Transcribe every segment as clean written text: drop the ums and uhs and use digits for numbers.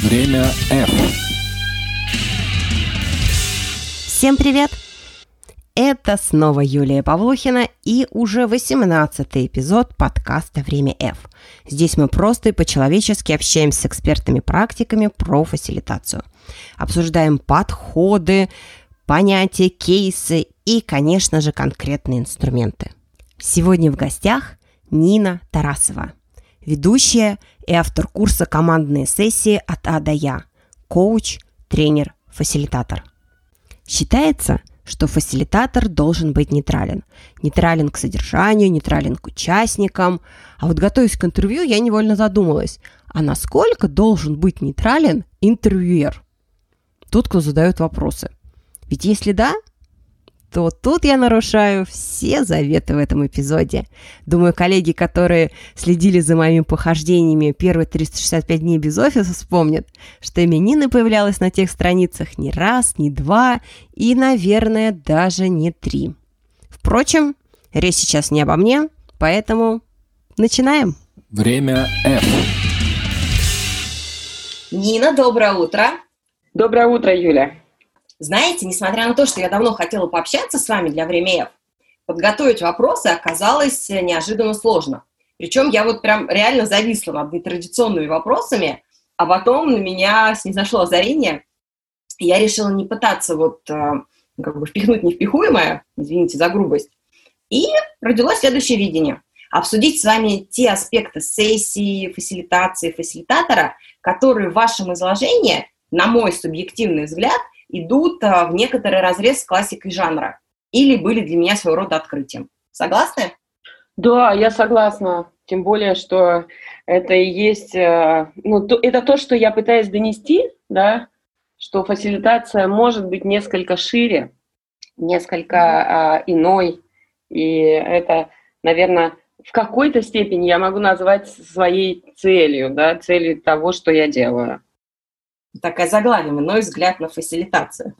Время F. Всем привет! Это снова Юлия Павлухина и уже 18-й эпизод подкаста «Время F». Здесь мы просто и по-человечески общаемся с экспертами-практиками про фасилитацию. Обсуждаем подходы, понятия, кейсы и, конечно же, конкретные инструменты. Сегодня в гостях Нина Тарасова, ведущая и автор курса «Командные сессии от А до Я», коуч, тренер, фасилитатор. Считается, что фасилитатор должен быть нейтрален. Нейтрален к содержанию, нейтрален к участникам. А вот готовясь к интервью, я невольно задумалась, а насколько должен быть нейтрален интервьюер? Тот, кто задает вопросы. Ведь если да, то тут я нарушаю все заветы в этом эпизоде. Думаю, коллеги, которые следили за моими похождениями первые 365 дней без офиса, вспомнят, что имя Нины появлялось на тех страницах не раз, не два и, наверное, даже не 3. Впрочем, речь сейчас не обо мне, поэтому начинаем. Время F. Нина, доброе утро. Доброе утро, Юля. Знаете, несмотря на то, что я давно хотела пообщаться с вами для «Время F», подготовить вопросы оказалось неожиданно сложно. Причем я вот прям реально зависла над нетрадиционными вопросами, а потом на меня снизошло озарение, и я решила не пытаться впихнуть невпихуемое, извините за грубость, и родилось следующее видение. Обсудить с вами те аспекты сессии, фасилитации, фасилитатора, которые в вашем изложении, на мой субъективный взгляд, идут в некоторый разрез с классикой жанра или были для меня своего рода открытием. Согласны? Да, я согласна. Тем более, что это и есть... это то, что я пытаюсь донести, да, что фасилитация может быть несколько шире, несколько иной. И это, наверное, в какой-то степени я могу назвать своей целью, да, целью того, что я делаю. Такая заглавие, мой взгляд на фасилитацию.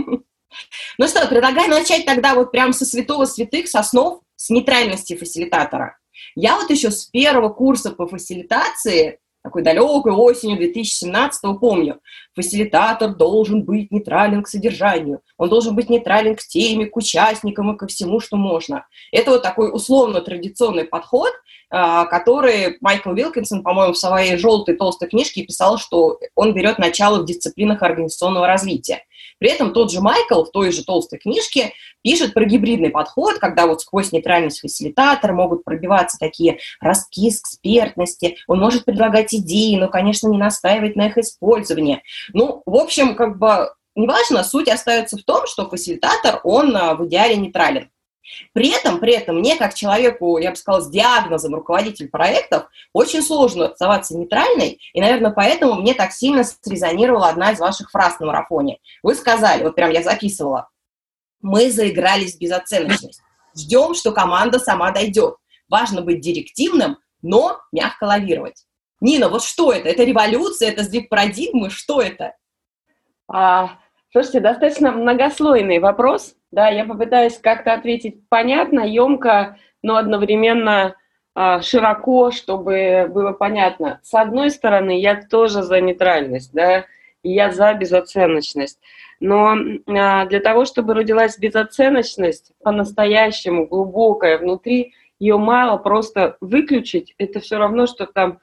Ну что, предлагаю начать тогда вот прямо со святого святых, с основ, с нейтральности фасилитатора. Я вот еще с первого курса по фасилитации, такой далекой осенью 2017-го, помню, фасилитатор должен быть нейтрален к содержанию, он должен быть нейтрален к теме, к участникам и ко всему, что можно. Это вот такой условно-традиционный подход, который Майкл Уилкинсон, по-моему, в своей желтой толстой книжке писал, что он берет начало в дисциплинах организационного развития. При этом тот же Майкл в той же толстой книжке пишет про гибридный подход, когда вот сквозь нейтральность фасилитатора могут пробиваться такие ростки экспертности, он может предлагать идеи, но, конечно, не настаивать на их использовании. Ну, в общем, неважно, суть остается в том, что фасилитатор, он в идеале нейтрален. При этом мне, как человеку, я бы сказала, с диагнозом руководитель проектов, очень сложно оставаться нейтральной, и, наверное, поэтому мне так сильно срезонировала одна из ваших фраз на марафоне. Вы сказали, вот прям я записывала, мы заигрались в безоценочность, ждем, что команда сама дойдет. Важно быть директивным, но мягко лавировать. Нина, вот что это? Это революция, это сдвиг парадигмы, что это? Слушайте, достаточно многослойный вопрос. Да, я попытаюсь как-то ответить понятно, емко, но одновременно широко, чтобы было понятно. С одной стороны, я тоже за нейтральность, да, и я за безоценочность. Но для того, чтобы родилась безоценочность, по-настоящему глубокая внутри, ее мало просто выключить. Это все равно, что там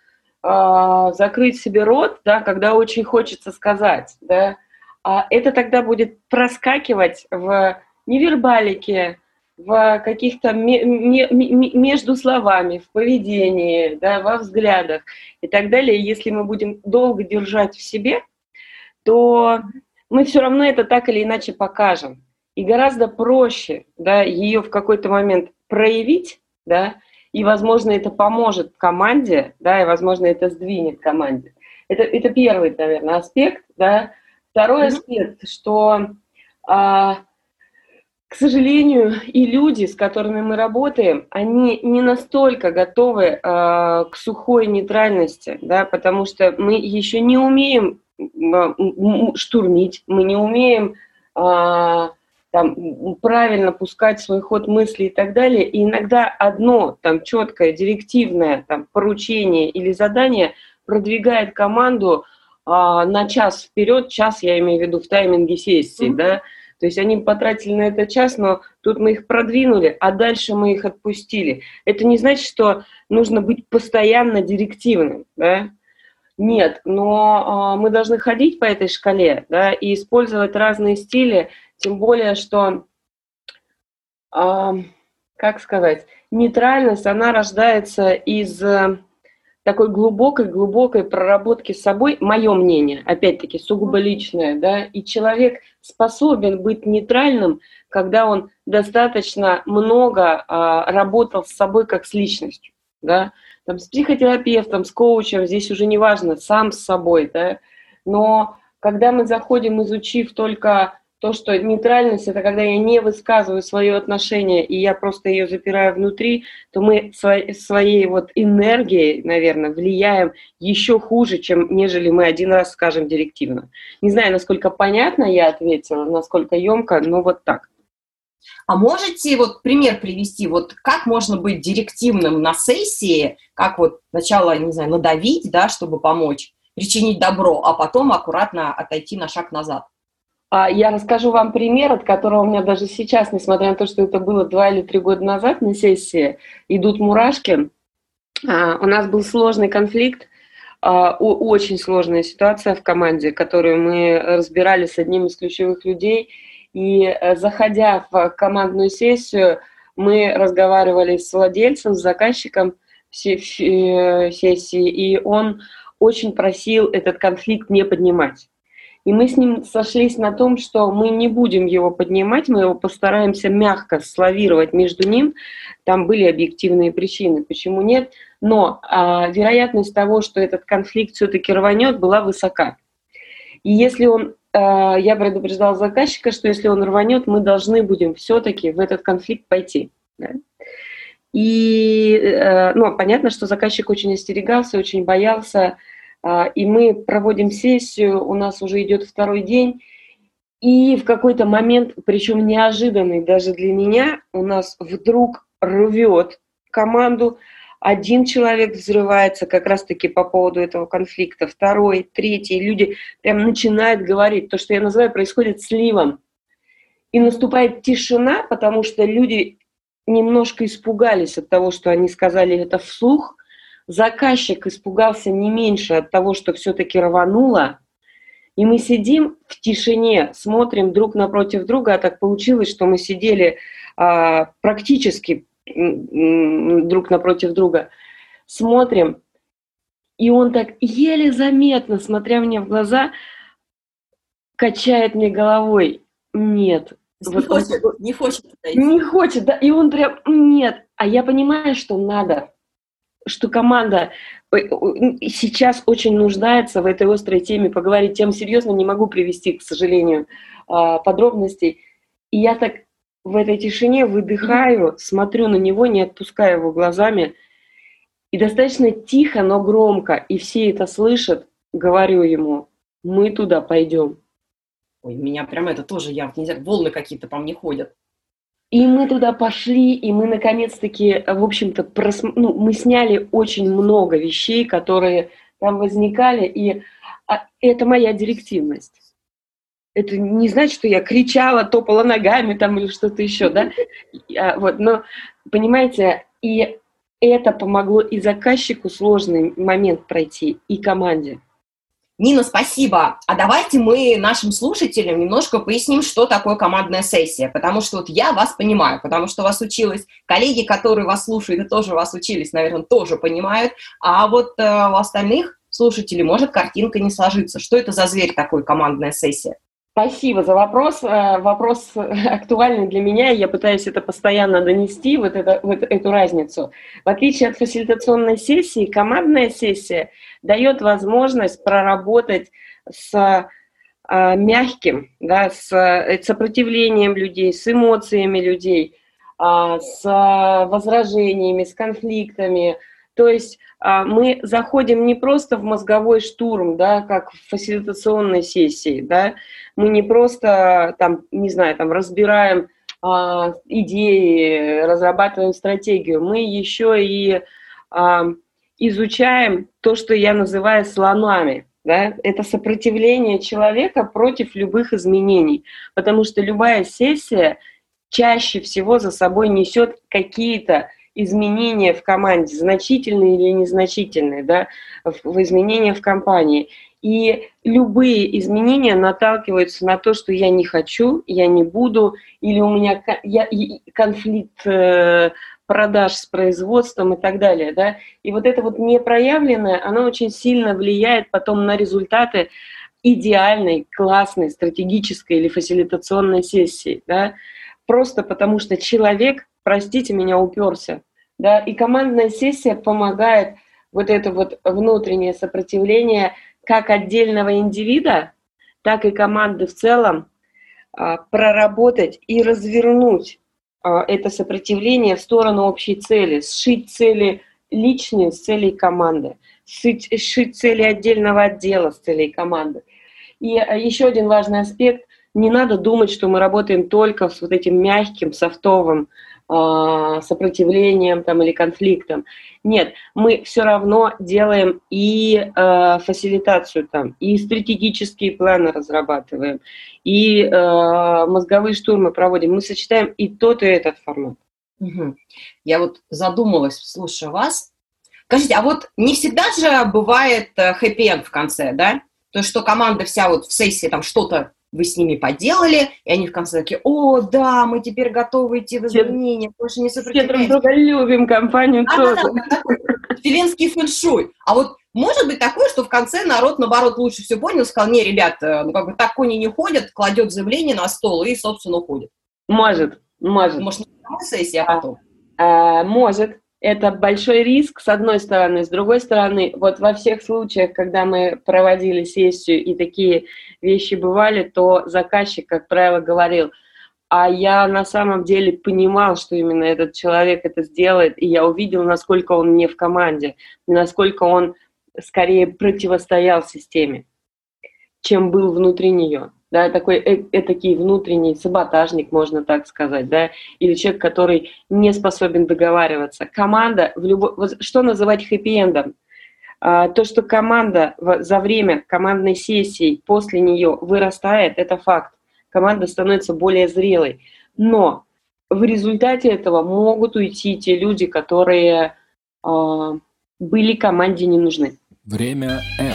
закрыть себе рот, да, когда очень хочется сказать, да. Это тогда будет проскакивать в невербалике, в каких-то между словами, в поведении, да, во взглядах и так далее. Если мы будем долго держать в себе, то мы все равно это так или иначе покажем. И гораздо проще, да, ее в какой-то момент проявить, да, и, возможно, это поможет команде, да, и, возможно, это сдвинет команде. Это первый, наверное, аспект, да. Второй аспект, что, к сожалению, и люди, с которыми мы работаем, они не настолько готовы к сухой нейтральности, да, потому что мы еще не умеем штурмить, мы не умеем правильно пускать свой ход мысли и так далее. И иногда одно четкое директивное поручение или задание продвигает команду на час вперед, час я имею в виду в тайминге сессии, да, то есть они потратили на это час, но тут мы их продвинули, а дальше мы их отпустили. Это не значит, что нужно быть постоянно директивным, да? Нет, но мы должны ходить по этой шкале, да, и использовать разные стили, тем более, что, как сказать, нейтральность, она рождается из такой глубокой проработки с собой, мое мнение, опять-таки, сугубо личное, да, и человек способен быть нейтральным, когда он достаточно много работал с собой как с личностью, да, там, с психотерапевтом, с коучем, здесь уже не важно, сам с собой, да, но когда мы заходим, изучив только то, что нейтральность – это когда я не высказываю свое отношение, и я просто ее запираю внутри, то мы своей вот энергией, наверное, влияем еще хуже, чем нежели мы один раз скажем директивно. Не знаю, насколько понятно я ответила, насколько емко, но вот так. А можете вот пример привести, вот как можно быть директивным на сессии, как вот сначала, не знаю, надавить, да, чтобы помочь, причинить добро, а потом аккуратно отойти на шаг назад? Я расскажу вам пример, от которого у меня даже сейчас, несмотря на то, что это было 2 или 3 года назад на сессии, идут мурашки. У нас был сложный конфликт, очень сложная ситуация в команде, которую мы разбирали с одним из ключевых людей. И заходя в командную сессию, мы разговаривали с владельцем, с заказчиком сессии, и он очень просил этот конфликт не поднимать. И мы с ним сошлись на том, что мы не будем его поднимать, мы его постараемся мягко славировать между ним. Там были объективные причины, почему нет. Но вероятность того, что этот конфликт все-таки рванет, была высока. И если он, я предупреждала заказчика, что если он рванет, мы должны будем все-таки в этот конфликт пойти. Да? И понятно, что заказчик очень остерегался, очень боялся. И мы проводим сессию, у нас уже идет 2-й день, и в какой-то момент, причем неожиданный даже для меня, у нас вдруг рвет команду, один человек взрывается как раз-таки по поводу этого конфликта, 2-й, 3-й, люди прям начинают говорить, то, что я называю, происходит сливом. И наступает тишина, потому что люди немножко испугались от того, что они сказали это вслух. Заказчик испугался не меньше от того, что все-таки рвануло, и мы сидим в тишине, смотрим друг напротив друга, а так получилось, что мы сидели практически друг напротив друга, смотрим, и он так еле заметно, смотря мне в глаза, качает мне головой: нет. Не хочет. Не хочет, да, и он прям: нет. А я понимаю, что надо, что команда сейчас очень нуждается в этой острой теме поговорить. Тем серьезно не могу привести, к сожалению, подробностей. И я так в этой тишине выдыхаю, смотрю на него, не отпуская его глазами, и достаточно тихо, но громко, и все это слышат, говорю ему: мы туда пойдем. Ой, меня прям это тоже явно, нельзя, волны какие-то по мне ходят. И мы туда пошли, и мы наконец-таки, в общем-то, мы сняли очень много вещей, которые там возникали, и это моя директивность. Это не значит, что я кричала, топала ногами там или что-то еще, да? Но, понимаете, и это помогло и заказчику сложный момент пройти, и команде. Нина, спасибо. А давайте мы нашим слушателям немножко поясним, что такое командная сессия, потому что вот я вас понимаю, потому что вас училась, коллеги, которые вас слушают и тоже вас учились, наверное, тоже понимают, а вот у остальных слушателей может картинка не сложиться. Что это за зверь такой, командная сессия? Спасибо за вопрос. Вопрос актуальный для меня, и я пытаюсь это постоянно донести, вот эту разницу. В отличие от фасилитационной сессии, командная сессия дает возможность проработать с мягким, да, с сопротивлением людей, с эмоциями людей, с возражениями, с конфликтами. То есть мы заходим не просто в мозговой штурм, да, как в фасилитационной сессии, да, мы не просто там, не знаю, там разбираем идеи, разрабатываем стратегию, мы еще и изучаем то, что я называю слонами, Да? Это сопротивление человека против любых изменений, потому что любая сессия чаще всего за собой несет какие-то изменения в команде, значительные или незначительные, да, в изменения в компании. И любые изменения наталкиваются на то, что я не хочу, я не буду, или у меня конфликт продаж с производством и так далее. Да? И вот это вот непроявленное, оно очень сильно влияет потом на результаты идеальной, классной, стратегической или фасилитационной сессии. Да? Просто потому что человек, простите меня, уперся. Да? И командная сессия помогает вот это вот внутреннее сопротивление как отдельного индивида, так и команды в целом проработать и развернуть это сопротивление в сторону общей цели, сшить цели личные с целей команды, сшить цели отдельного отдела с целей команды. И еще один важный аспект: не надо думать, что мы работаем только с вот этим мягким, софтовым сопротивлением там, или конфликтом. Нет, мы все равно делаем и фасилитацию там, и стратегические планы разрабатываем, и мозговые штурмы проводим. Мы сочетаем и тот, и этот формат. Угу. Я вот задумалась, слушая вас. Скажите, а вот не всегда же бывает хэппи-энд в конце, да? То есть, что команда вся вот в сессии там что-то вы с ними поделали, и они в конце такие: о, да, мы теперь готовы идти в изменения, больше не сопротивляемся. Все друг друга любим, компанию тоже. Вселенский фэншуй. А вот может быть такое, что в конце народ, наоборот, лучше все понял, сказал: не, ребят, ну как бы так кони не ходят, кладет заявление на стол и, собственно, уходит. Может. Может, не в самой сессии, а потом? Может. Это большой риск, с одной стороны. С другой стороны, вот во всех случаях, когда мы проводили сессию и такие вещи бывали, то заказчик, как правило, говорил: а я на самом деле понимал, что именно этот человек это сделает, и я увидел, насколько он не в команде, насколько он скорее противостоял системе, чем был внутри нее. Да, такой этакий внутренний саботажник, можно так сказать, да, или человек, который не способен договариваться. Команда, что называть хэппи-эндом? То, что команда за время командной сессии после нее вырастает, это факт. Команда становится более зрелой. Но в результате этого могут уйти те люди, которые были команде не нужны. Время F.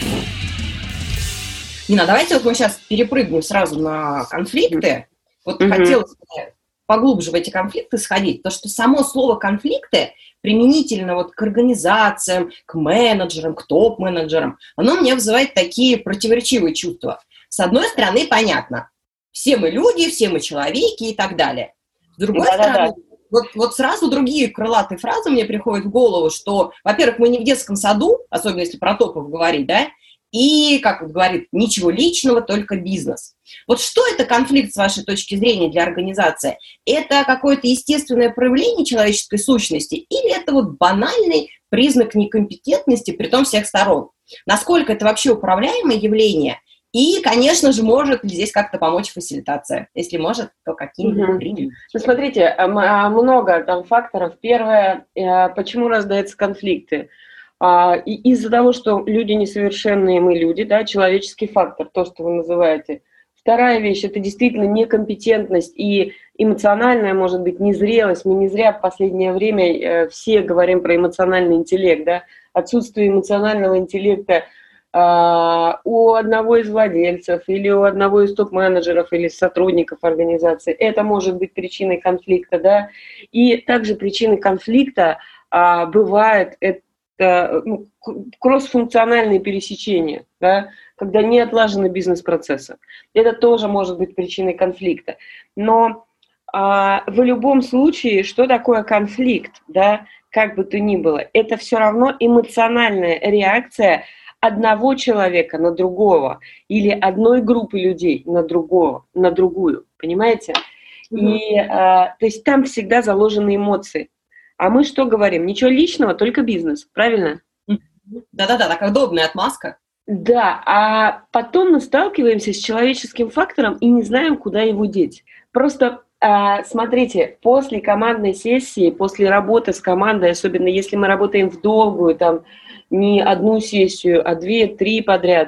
Нина, давайте вот мы сейчас перепрыгнем сразу на конфликты. Вот хотелось бы поглубже в эти конфликты сходить, потому что само слово «конфликты» применительно вот к организациям, к менеджерам, к топ-менеджерам, оно мне вызывает такие противоречивые чувства. С одной стороны, понятно, все мы люди, все мы человеки и так далее. С другой стороны, вот сразу другие крылатые фразы мне приходят в голову, что, во-первых, мы не в детском саду, особенно если про топов говорить, да, и, как вот говорит, ничего личного, только бизнес. Вот что это конфликт с вашей точки зрения для организации? Это какое-то естественное проявление человеческой сущности или это вот банальный признак некомпетентности притом всех сторон? Насколько это вообще управляемое явление? И, конечно же, может ли здесь как-то помочь фасилитация? Если может, то какими примерами? Ну, смотрите, много там факторов. Первое, почему рождаются конфликты? Из-за того, что люди несовершенные, мы люди, да, человеческий фактор, то, что вы называете. Вторая вещь – это действительно некомпетентность и эмоциональная, может быть, незрелость. Мы не зря в последнее время все говорим про эмоциональный интеллект, да, отсутствие эмоционального интеллекта у одного из владельцев или у одного из топ-менеджеров или сотрудников организации. Это может быть причиной конфликта, да. И также причиной конфликта бывает кроссфункциональные пересечения, да, когда не отлажены бизнес-процессы. Это тоже может быть причиной конфликта. Но в любом случае, что такое конфликт, да, как бы то ни было, это все равно эмоциональная реакция одного человека на другого или одной группы людей на другую, понимаете? И то есть там всегда заложены эмоции. А мы что говорим? Ничего личного, только бизнес, правильно? Да-да-да, такая удобная отмазка. Да, а потом мы сталкиваемся с человеческим фактором и не знаем, куда его деть. Просто смотрите, после командной сессии, после работы с командой, особенно если мы работаем в долгую, там не одну сессию, а 2-3 подряд,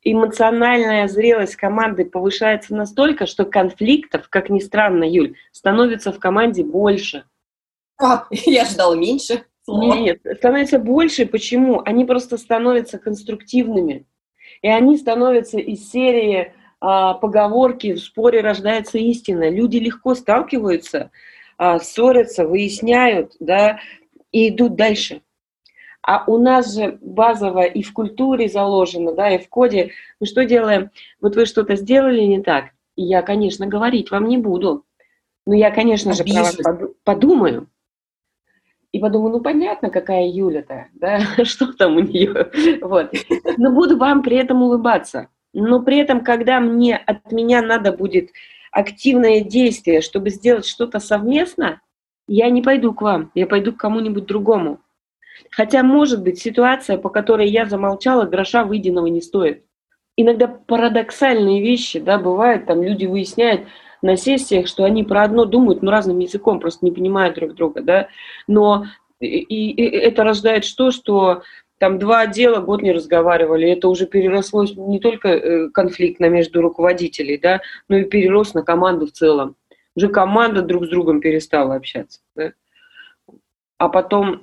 эмоциональная зрелость команды повышается настолько, что конфликтов, как ни странно, Юль, становится в команде больше. Я ждала меньше. Нет, становится больше. Почему? Они просто становятся конструктивными. И они становятся из серии поговорки «в споре рождается истина». Люди легко сталкиваются, ссорятся, выясняют, да, и идут дальше. А у нас же базово и в культуре заложено, да, и в коде. Мы что делаем? Вот вы что-то сделали не так, и я, конечно, говорить вам не буду. Но я, конечно же, про вас подумаю. И подумаю, ну, понятно, какая Юля-то, да, что там у нее, вот. Но буду вам при этом улыбаться. Но при этом, когда от меня надо будет активное действие, чтобы сделать что-то совместно, я не пойду к вам, я пойду к кому-нибудь другому. Хотя, может быть, ситуация, по которой я замолчала, гроша выеденного не стоит. Иногда парадоксальные вещи, да, бывают, там люди выясняют на сессиях, что они про одно думают, но разным языком, просто не понимают друг друга, да, но и это рождает что там два отдела год не разговаривали, это уже переросло не только конфликтно между руководителей, да, но и перерос на команду в целом. Уже команда друг с другом перестала общаться, да. А потом,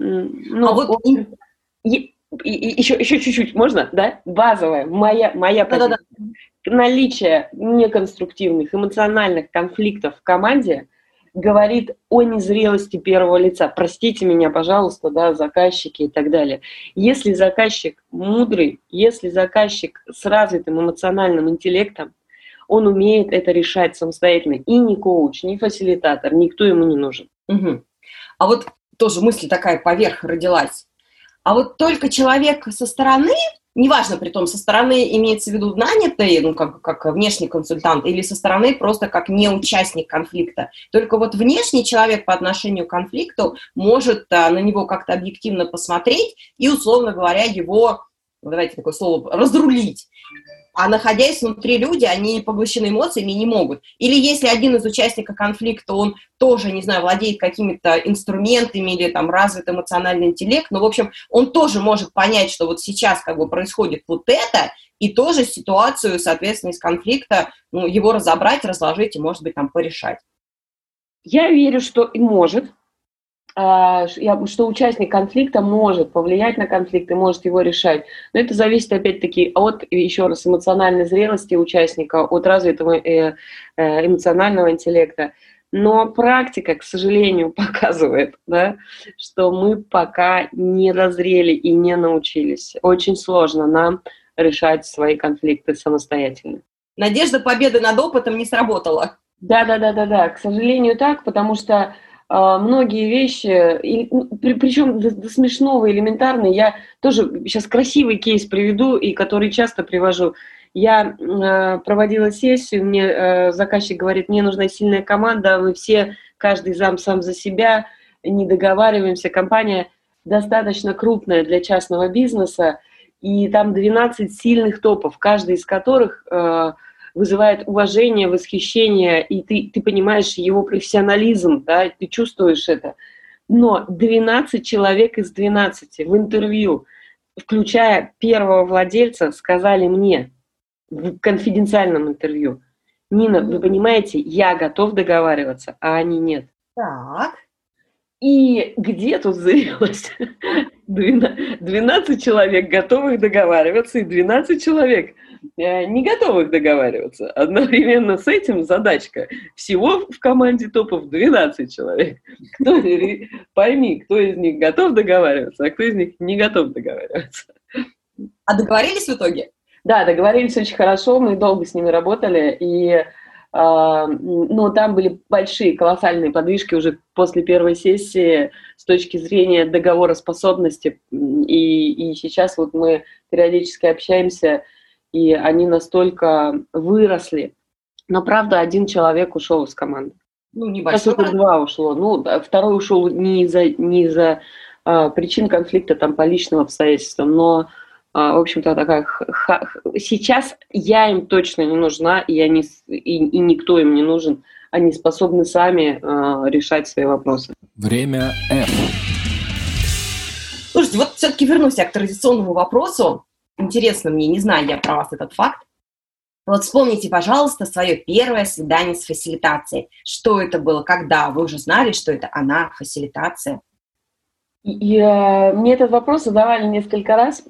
еще чуть-чуть, можно, да? Базовая, моя позиция. Наличие неконструктивных эмоциональных конфликтов в команде говорит о незрелости первого лица. Простите меня, пожалуйста, да, заказчики и так далее. Если заказчик мудрый, если заказчик с развитым эмоциональным интеллектом, он умеет это решать самостоятельно. И ни коуч, ни фасилитатор, никто ему не нужен. Угу. А вот тоже мысль такая поверх родилась. А вот только человек со стороны, неважно, при том, со стороны имеется в виду нанятый, ну, как внешний консультант, или со стороны просто как неучастник конфликта. Только вот внешний человек по отношению к конфликту может на него как-то объективно посмотреть и, условно говоря, его, давайте такое слово, разрулить. А находясь внутри люди, они поглощены эмоциями и не могут. Или если один из участников конфликта, он тоже, не знаю, владеет какими-то инструментами или там развит эмоциональный интеллект, но, в общем, он тоже может понять, что вот сейчас как бы происходит вот это, и тоже ситуацию, соответственно, из конфликта, ну, его разобрать, разложить и, может быть, там порешать. Я верю, что и может. Что участник конфликта может повлиять на конфликт и может его решать. Но это зависит, опять-таки, от, еще раз, эмоциональной зрелости участника, от развитого эмоционального интеллекта. Но практика, к сожалению, показывает, да, что мы пока не дозрели и не научились. Очень сложно нам решать свои конфликты самостоятельно. Надежда победы над опытом не сработала. Да, к сожалению, так, потому что многие вещи, причем до смешного, элементарные, я тоже сейчас красивый кейс приведу, и который часто привожу. Я проводила сессию, мне заказчик говорит, мне нужна сильная команда, мы все, каждый сам за себя, не договариваемся. Компания достаточно крупная для частного бизнеса, и там 12 сильных топов, каждый из которых вызывает уважение, восхищение, и ты понимаешь его профессионализм, да, ты чувствуешь это. Но 12 человек из 12 в интервью, включая первого владельца, сказали мне в конфиденциальном интервью: Нина, вы понимаете, я готов договариваться, а они нет. Так. И где тут зрелость? 12 человек готовых договариваться и 12 человек не готовых договариваться. Одновременно с этим задачка. Всего в команде топов 12 человек. Пойми, кто из них готов договариваться, а кто из них не готов договариваться. А договорились в итоге? Да, договорились очень хорошо, мы долго с ними работали, и там были большие, колоссальные подвижки уже после первой сессии с точки зрения договороспособности, и сейчас вот мы периодически общаемся, и они настолько выросли. Но, правда, один человек ушел из команды. Небольшой. Сейчас уже 2 ушло. Второй ушел не из-за причин конфликта, там, по личным обстоятельствам, но, в общем-то, такая... Сейчас я им точно не нужна, и никто им не нужен. Они способны сами решать свои вопросы. Время F. Слушайте, вот все-таки вернусь я к традиционному вопросу. интересно мне, не знаю я про вас этот факт. Вот вспомните, пожалуйста, свое первое свидание с фасилитацией. Что это было, когда? Вы уже знали, что это она, фасилитация? Мне этот вопрос задавали несколько раз.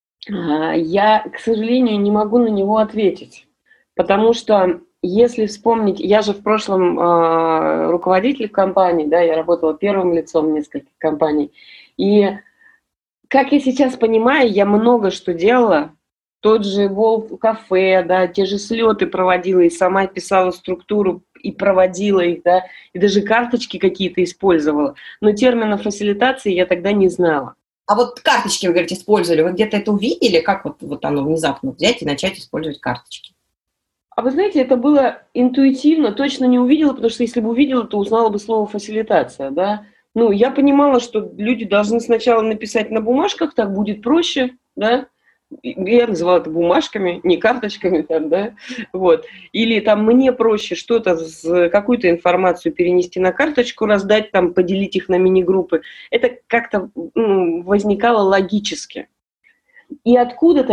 Я, к сожалению, не могу на него ответить, потому что, если вспомнить, я же в прошлом руководитель компании, да, я работала первым лицом нескольких компаний, и, как я сейчас понимаю, я много что делала. Тот же Волк кафе, да, те же слеты проводила и сама писала структуру и проводила их, да, и даже карточки какие-то использовала. Но термина фасилитации я тогда не знала. А вот карточки, вы говорите, использовали, вы где-то это увидели? Как вот оно внезапно взять и начать использовать карточки? А вы знаете, это было интуитивно, точно не увидела, потому что если бы увидела, то узнала бы слово фасилитация, да. Ну, я понимала, что люди должны сначала написать на бумажках, так будет проще, да. Я называла это бумажками, не карточками там, да, вот. Или там мне проще что-то, какую-то информацию перенести на карточку, раздать, там, поделить их на мини-группы. Это как-то возникало логически. И откуда-то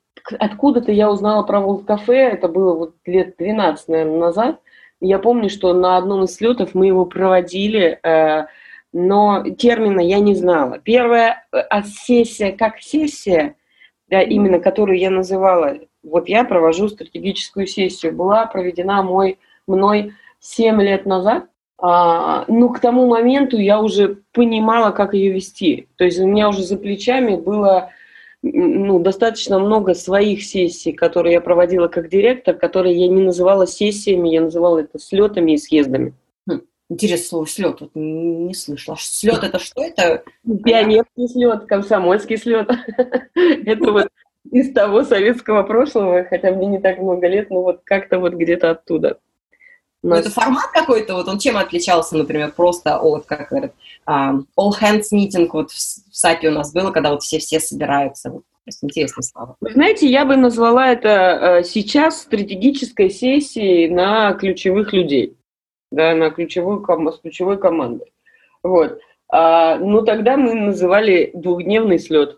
я узнала про Волк кафе, это было вот лет 12, наверное, назад. Я помню, что на одном из слетов мы его проводили, но термина я не знала. Первая сессия как сессия, да, именно которую я называла, вот я провожу стратегическую сессию, была проведена мной 7 лет назад. Ну, к тому моменту я уже понимала, как ее вести. То есть у меня уже за плечами было достаточно много своих сессий, которые я проводила как директор, которые я не называла сессиями, я называла это слетами и съездами. Интересное слово «слет», вот не слышала. Слет — это что это? Пионерский слет, комсомольский слет. Это вот из того советского прошлого, хотя мне не так много лет, но вот как-то вот где-то оттуда. Ну, это формат какой-то, вот он чем отличался, например, просто от, как говорят, all hands meeting, вот в САПе у нас было, когда вот все собираются. Вот, просто интересное слово. Вы знаете, я бы назвала это сейчас стратегической сессией на ключевых людей. Да, с ключевой командой. Вот. Ну, тогда мы называли двухдневный слет.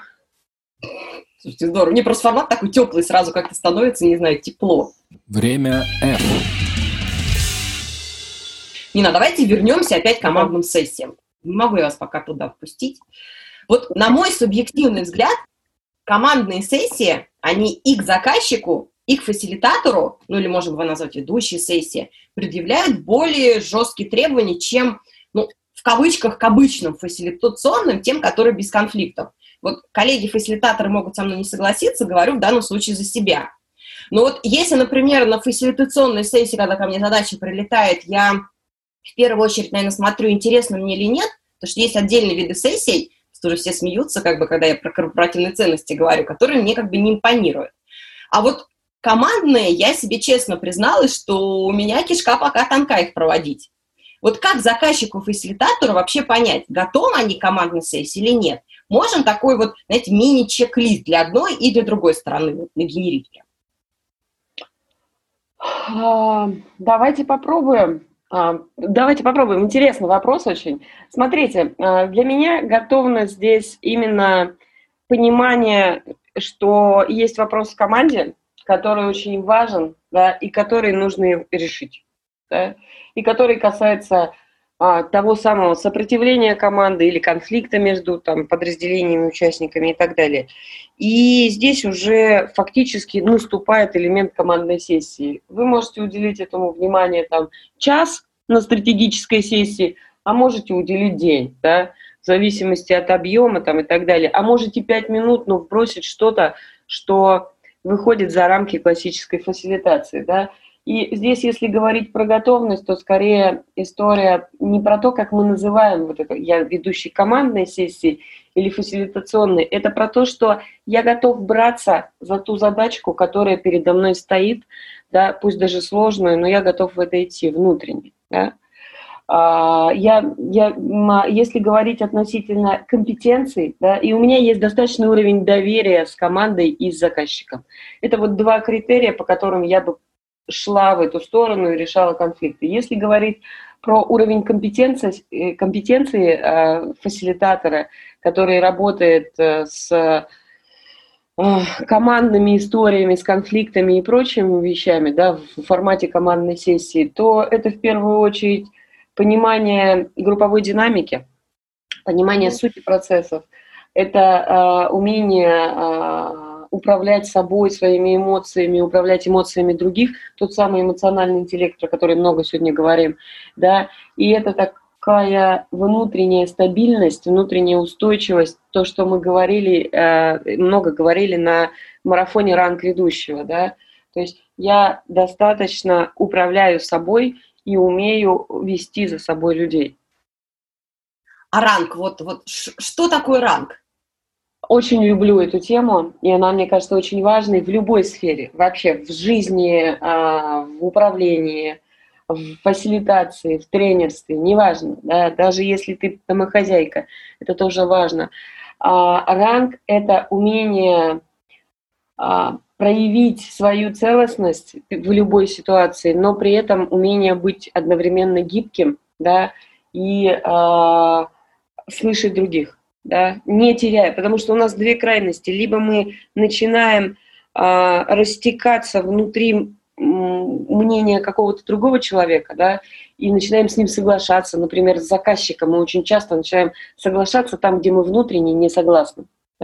Слушайте, здорово. Мне просто формат такой теплый сразу как-то становится, не знаю, тепло. Время F. Нина, давайте вернемся опять к командным сессиям. Не могу я вас пока туда впустить. Вот на мой субъективный взгляд, командные сессии, они и к заказчику, и к фасилитатору, ну или можем его назвать ведущей сессии, предъявляют более жесткие требования, чем, в кавычках, к обычным фасилитационным, тем, которые без конфликтов. Вот коллеги-фасилитаторы могут со мной не согласиться, говорю в данном случае за себя. Но вот если, например, на фасилитационной сессии, когда ко мне задача прилетает, я в первую очередь, наверное, смотрю, интересно мне или нет, потому что есть отдельные виды сессий, тоже все смеются, когда я про корпоративные ценности говорю, которые мне не импонируют. А вот командные, я себе честно призналась, что у меня кишка пока тонка их проводить. Вот как заказчику, фасилитатору вообще понять, готовы они к командной сессии или нет? Можем такой вот, знаете, мини-чек-лист для одной и для другой стороны вот, нагенерить прям? Давайте попробуем. Интересный вопрос очень. Смотрите, для меня готовность здесь именно понимание, что есть вопрос в команде, который очень важен, да, и который нужно решить, да, и который касается того самого сопротивления команды или конфликта между подразделениями, участниками и так далее. И здесь уже фактически наступает элемент командной сессии. Вы можете уделить этому внимание час на стратегической сессии, а можете уделить день, да, в зависимости от объема и так далее. А можете 5 минут, но вбросить что-то, что выходит за рамки классической фасилитации, да. И здесь, если говорить про готовность, то скорее история не про то, как мы называем вот это, я ведущий командной сессии или фасилитационной, это про то, что я готов браться за ту задачку, которая передо мной стоит, да, пусть даже сложную, но я готов в это идти внутренне, да. Если говорить относительно компетенций, да, и у меня есть достаточный уровень доверия с командой и с заказчиком. Это вот два критерия, по которым я бы шла в эту сторону и решала конфликты. Если говорить про уровень компетенции фасилитатора, который работает с командными историями, с конфликтами и прочими вещами, да, в формате командной сессии, то это в первую очередь понимание групповой динамики, понимание сути процессов, это умение управлять собой, своими эмоциями, управлять эмоциями других, тот самый эмоциональный интеллект, про который много сегодня говорим, да, и это такая внутренняя стабильность, внутренняя устойчивость, то, что мы говорили, много говорили на марафоне ранг ведущего, да, то есть я достаточно управляю собой и умею вести за собой людей. А ранг, вот что такое ранг? Очень люблю эту тему, и она, мне кажется, очень важной в любой сфере, вообще в жизни, в управлении, в фасилитации, в тренерстве, неважно, да, даже если ты домохозяйка, это тоже важно. Ранг – это умение проявить свою целостность в любой ситуации, но при этом умение быть одновременно гибким, да, и слышать других. Да, не теряя, потому что у нас две крайности. Либо мы начинаем растекаться внутри мнения какого-то другого человека, да, и начинаем с ним соглашаться. Например, с заказчиком мы очень часто начинаем соглашаться там, где мы внутренне не согласны.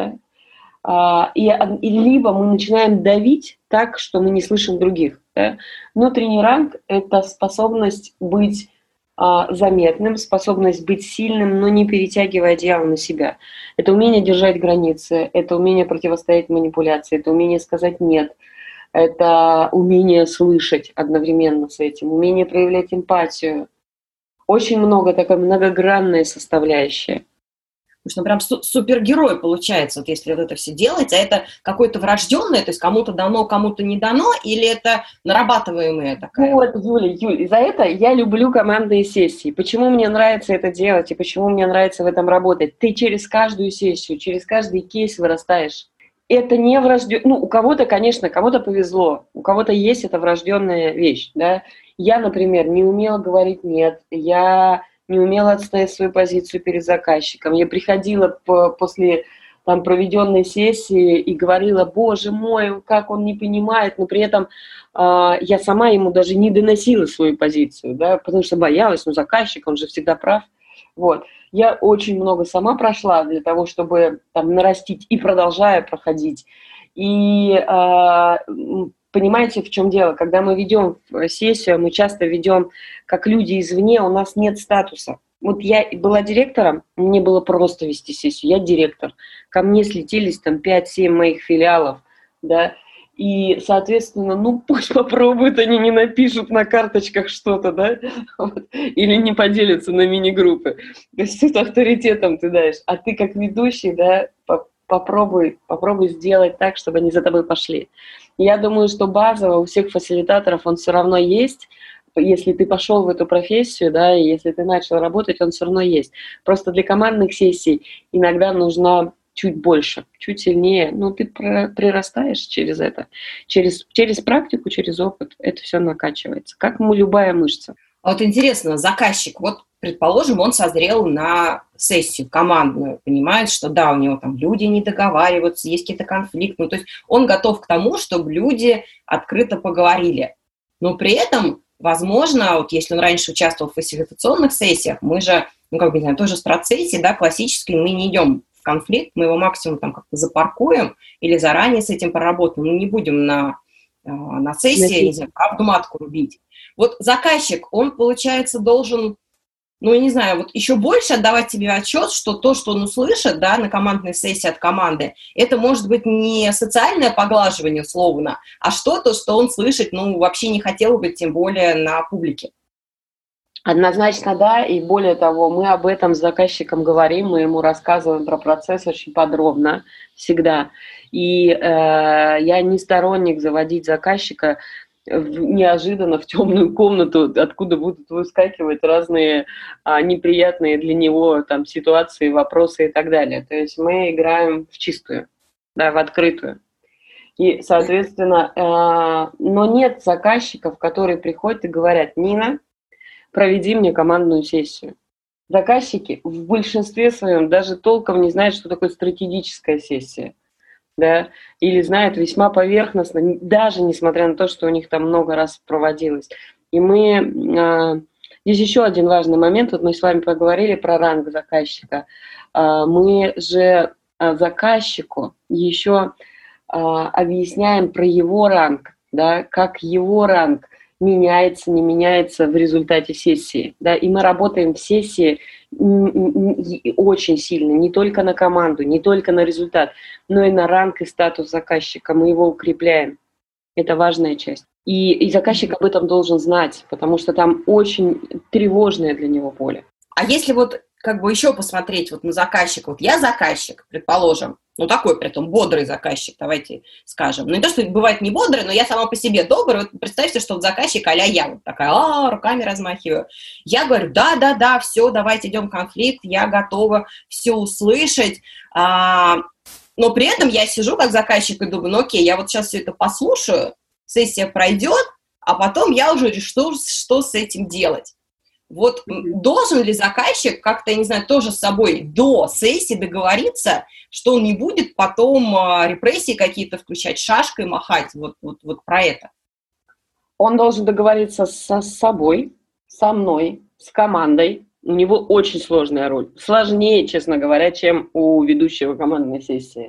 Да? И либо мы начинаем давить так, что мы не слышим других. Да? Внутренний ранг – это способность быть заметным, способность быть сильным, но не перетягивая одеяло на себя. Это умение держать границы, это умение противостоять манипуляции, это умение сказать «нет», это умение слышать одновременно с этим, умение проявлять эмпатию. Очень много такой многогранной составляющей. Потому что прям супергерой получается, вот если вот это все делать, а это какое-то врожденное, то есть кому-то дано, кому-то не дано, или это нарабатываемое такая? Вот, Юля, за это я люблю командные сессии. Почему мне нравится это делать и почему мне нравится в этом работать? Ты через каждую сессию, через каждый кейс вырастаешь. Это не врожденное, ну, у кого-то, конечно, кому-то повезло, у кого-то есть эта врожденная вещь, да. Я, например, не умела говорить «нет», я не умела отстоять свою позицию перед заказчиком. Я приходила после там, проведенной сессии и говорила: «Боже мой, как он не понимает», но при этом я сама ему даже не доносила свою позицию, да, потому что боялась, заказчик, он же всегда прав. Вот. Я очень много сама прошла для того, чтобы там нарастить и продолжаю проходить. И понимаете, в чем дело? Когда мы ведем сессию, мы часто ведем как люди извне, у нас нет статуса. Вот я была директором, мне было просто вести сессию, я директор. Ко мне слетелись там 5-7 моих филиалов, да, и, соответственно, пусть попробуют, они не напишут на карточках что-то, да, вот, или не поделятся на мини-группы. То есть тут авторитетом ты даешь, а ты как ведущий, да, попробуй сделать так, чтобы они за тобой пошли. Я думаю, что базово у всех фасилитаторов он все равно есть. Если ты пошел в эту профессию, да, и если ты начал работать, он все равно есть. Просто для командных сессий иногда нужно чуть больше, чуть сильнее. Ты прирастаешь через это. Через практику, через опыт это все накачивается. Как любая мышца. Вот интересно, заказчик, вот, предположим, он созрел на сессию командную, понимает, что да, у него там люди не договариваются, есть какие-то конфликты, то есть он готов к тому, чтобы люди открыто поговорили. Но при этом, возможно, вот если он раньше участвовал в фасилитационных сессиях, мы же, тоже в страцессии, да, классической, мы не идем в конфликт, мы его максимум там как-то запаркуем или заранее с этим проработаем, мы не будем на сессии, не знаю, правду матку рубить. Вот заказчик, он, получается, должен, я не знаю, вот еще больше отдавать себе отчет, что то, что он услышит, да, на командной сессии от команды, это может быть не социальное поглаживание условно, а что-то, что он слышать, вообще не хотел бы, тем более на публике. Однозначно, да, и более того, мы об этом с заказчиком говорим, мы ему рассказываем про процесс очень подробно всегда. И я не сторонник заводить заказчика неожиданно в темную комнату, откуда будут выскакивать разные неприятные для него там ситуации, вопросы и так далее. То есть мы играем в чистую, да, в открытую. И, соответственно, но нет заказчиков, которые приходят и говорят: «Нина, проведи мне командную сессию». Заказчики в большинстве своем даже толком не знают, что такое стратегическая сессия. да, или знают весьма поверхностно, даже несмотря на то, что у них там много раз проводилось. И здесь еще один важный момент, вот мы с вами поговорили про ранг заказчика. Мы же заказчику еще объясняем про его ранг, да, как его ранг меняется, не меняется в результате сессии. Да, и мы работаем в сессии очень сильно, не только на команду, не только на результат, но и на ранг и статус заказчика. Мы его укрепляем. Это важная часть. И заказчик об этом должен знать, потому что там очень тревожное для него поле. А если вот как бы еще посмотреть вот на заказчика, вот я заказчик, предположим, ну такой при этом бодрый заказчик, давайте скажем. Ну не то, что бывает не бодрый, но я сама по себе добрый. Вот представьте, что вот заказчик а-ля я, вот такая, руками размахиваю. Я говорю, да, все, давайте идем в конфликт, я готова все услышать. Но при этом я сижу как заказчик и думаю, ну окей, я вот сейчас все это послушаю, сессия пройдет, а потом я уже решу, что с этим делать. Вот должен ли заказчик как-то, я не знаю, тоже с собой до сессии договориться, что он не будет потом репрессии какие-то включать, шашкой махать, вот про это? Он должен договориться со собой, со мной, с командой. У него очень сложная роль. Сложнее, честно говоря, чем у ведущего командной сессии.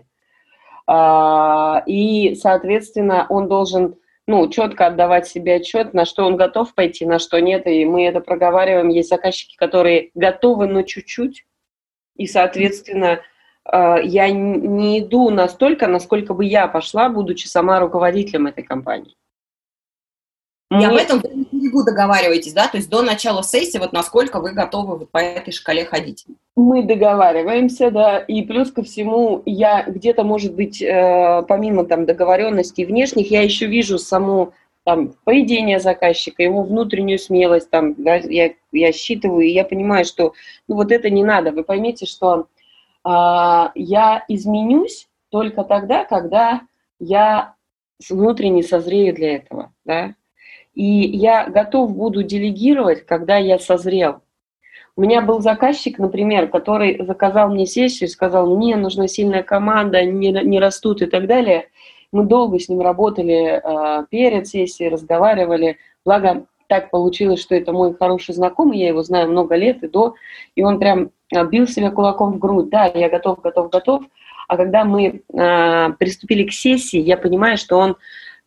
И, соответственно, он должен четко отдавать себе отчет, на что он готов пойти, на что нет, и мы это проговариваем. Есть заказчики, которые готовы, но чуть-чуть, и, соответственно, я не иду настолько, насколько бы я пошла, будучи сама руководителем этой компании. И об этом вы на берегу договариваетесь, да? То есть до начала сессии, вот насколько вы готовы вот по этой шкале ходить? Мы договариваемся, да, и плюс ко всему я где-то, может быть, помимо там договоренностей внешних, я еще вижу само там поведение заказчика, его внутреннюю смелость, там, да, я считываю, и я понимаю, что вот это не надо. Вы поймите, что я изменюсь только тогда, когда я внутренне созрею для этого, да. И я готов буду делегировать, когда я созрел. У меня был заказчик, например, который заказал мне сессию, сказал, мне нужна сильная команда, не растут и так далее. Мы долго с ним работали перед сессией, разговаривали. Благо, так получилось, что это мой хороший знакомый, я его знаю много лет и он прям бил себя кулаком в грудь. Да, я готов. А когда мы приступили к сессии, я понимаю, что он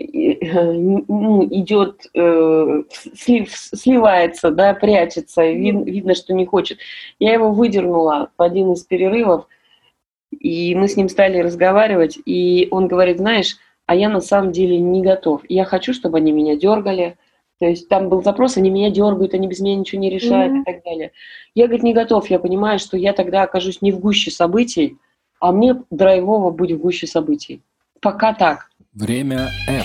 идет, сливается, да, прячется, видно, что не хочет. Я его выдернула в один из перерывов, и мы с ним стали разговаривать, и он говорит, знаешь, а я на самом деле не готов. Я хочу, чтобы они меня дергали. То есть там был запрос, они меня дергают, они без меня ничего не решают и так далее. Я, говорит, не готов. Я понимаю, что я тогда окажусь не в гуще событий, а мне драйвово быть в гуще событий. Пока так. Время F.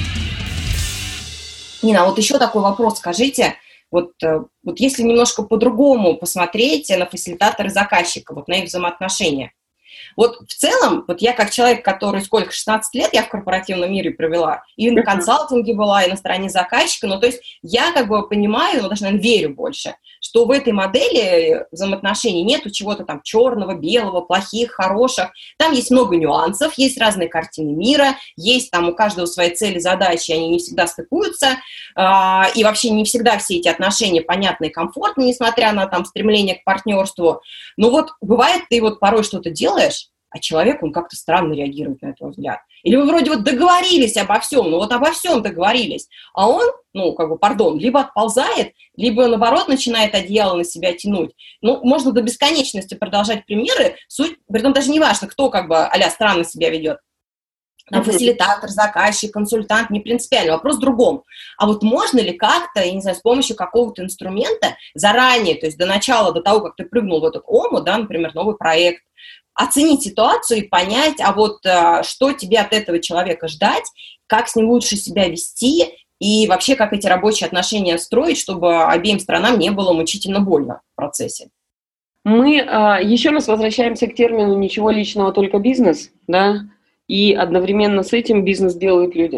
Нина, вот еще такой вопрос, скажите, вот если немножко по-другому посмотреть на фасилитатора заказчика, вот на их взаимоотношения. Вот в целом, вот я как человек, который 16 лет я в корпоративном мире провела, и на консалтинге была, и на стороне заказчика, то есть я как бы понимаю, даже, наверное, верю больше, что в этой модели взаимоотношений нету чего-то там черного, белого, плохих, хороших. Там есть много нюансов, есть разные картины мира, есть там у каждого свои цели, задачи, они не всегда стыкуются, и вообще не всегда все эти отношения понятны и комфортны, несмотря на там стремление к партнерству. Но вот бывает, ты вот порой что-то делаешь, а человек, он как-то странно реагирует на этот взгляд. Или вы вроде вот договорились обо всем, обо всем договорились, а он, либо отползает, либо, наоборот, начинает одеяло на себя тянуть. Можно до бесконечности продолжать примеры, притом даже не важно, кто а-ля странно себя ведет. Фасилитатор, заказчик, консультант, не принципиально, вопрос в другом. А вот можно ли как-то, я не знаю, с помощью какого-то инструмента заранее, то есть до начала, до того, как ты прыгнул в этот омут, да, например, новый проект, оценить ситуацию и понять, что тебе от этого человека ждать, как с ним лучше себя вести и вообще как эти рабочие отношения строить, чтобы обеим сторонам не было мучительно больно в процессе. Мы еще раз возвращаемся к термину «ничего личного, только бизнес», да, и одновременно с этим бизнес делают люди.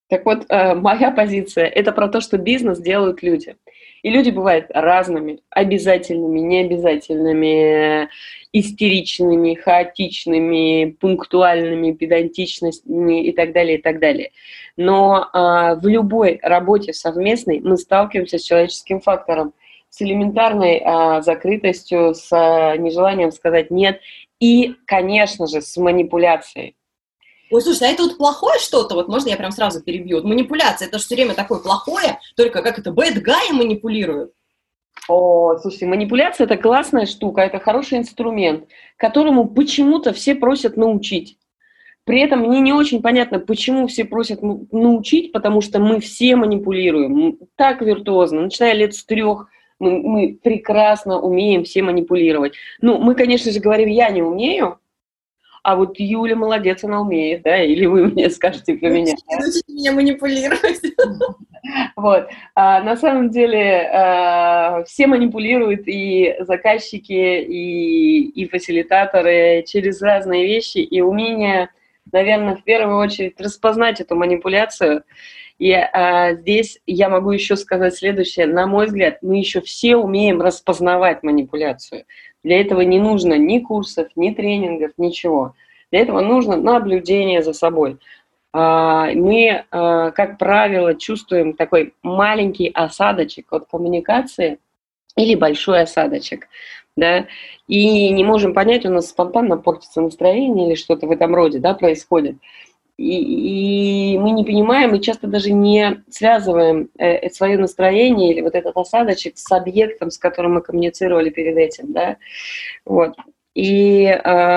Так вот, моя позиция – это про то, что бизнес делают люди. И люди бывают разными, обязательными, необязательными, истеричными, хаотичными, пунктуальными, педантичными и так далее, и так далее. Но в любой работе совместной мы сталкиваемся с человеческим фактором, с элементарной закрытостью, с нежеланием сказать «нет» и, конечно же, с манипуляцией. Ой, слушай, а это вот плохое что-то? Вот можно я прям сразу перебью? Вот манипуляция, это же все время такое плохое, только как это, bad guy манипулируют. О, слушайте, манипуляция – это классная штука, это хороший инструмент, которому почему-то все просят научить. При этом мне не очень понятно, почему все просят научить, потому что мы все манипулируем так виртуозно, начиная лет с 3, мы прекрасно умеем все манипулировать. Ну, мы, конечно же, говорим, я не умею, а вот Юля молодец, она умеет, да, или вы мне скажете про меня. Научите меня манипулировать. Вот. На самом деле все манипулируют, и заказчики, и фасилитаторы через разные вещи, и умение, наверное, в первую очередь распознать эту манипуляцию. И здесь я могу еще сказать следующее. На мой взгляд, мы еще все умеем распознавать манипуляцию. Для этого не нужно ни курсов, ни тренингов, ничего. Для этого нужно наблюдение за собой. Мы, как правило, чувствуем такой маленький осадочек от коммуникации или большой осадочек, да, и не можем понять, у нас спонтанно портится настроение или что-то в этом роде, да, происходит. И мы не понимаем, и часто даже не связываем свое настроение или вот этот осадочек с объектом, с которым мы коммуницировали перед этим, да, вот. И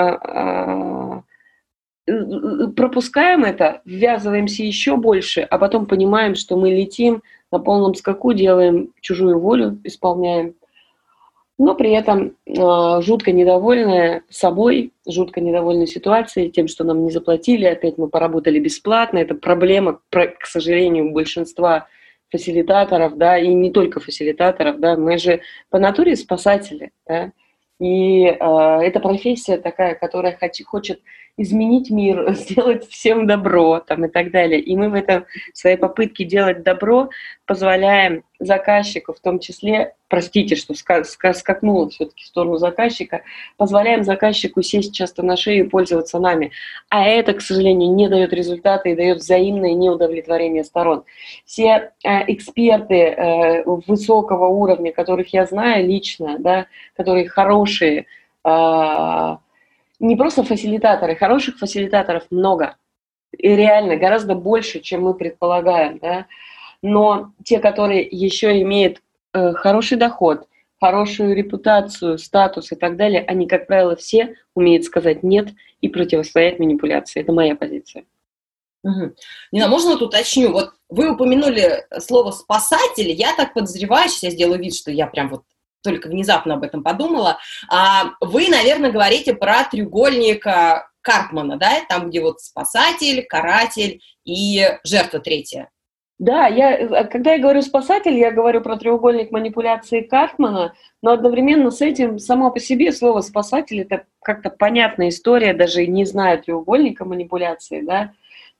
пропускаем это, ввязываемся еще больше, а потом понимаем, что мы летим на полном скаку, делаем чужую волю, исполняем, но при этом жутко недовольны собой, жутко недовольны ситуацией, тем, что нам не заплатили, опять мы поработали бесплатно. Это проблема, к сожалению, большинства фасилитаторов, да, и не только фасилитаторов, да, мы же по натуре спасатели, да, и это профессия такая, которая хочет изменить мир, сделать всем добро там, и так далее. И мы в своей попытке делать добро позволяем заказчику, в том числе, простите, что скакнула все-таки в сторону заказчика, позволяем заказчику сесть часто на шею и пользоваться нами. А это, к сожалению, не дает результата и дает взаимное неудовлетворение сторон. Все эксперты высокого уровня, которых я знаю лично, да, которые хорошие, не просто фасилитаторы, хороших фасилитаторов много. И реально гораздо больше, чем мы предполагаем. Да? Но те, которые еще имеют хороший доход, хорошую репутацию, статус и так далее, они, как правило, все умеют сказать «нет» и противостоять манипуляции. Это моя позиция. Угу. Нина, можно вот уточню? Вот вы упомянули слово «спасатель». Я так подозреваю, сейчас я сделаю вид, что я прям вот только внезапно об этом подумала. Вы, наверное, говорите про треугольник Карпмана, да? Там, где вот спасатель, каратель и жертва третья. Да, когда я говорю спасатель, я говорю про треугольник манипуляции Карпмана, но одновременно с этим само по себе слово спасатель – это как-то понятная история, даже не зная треугольника манипуляции, да.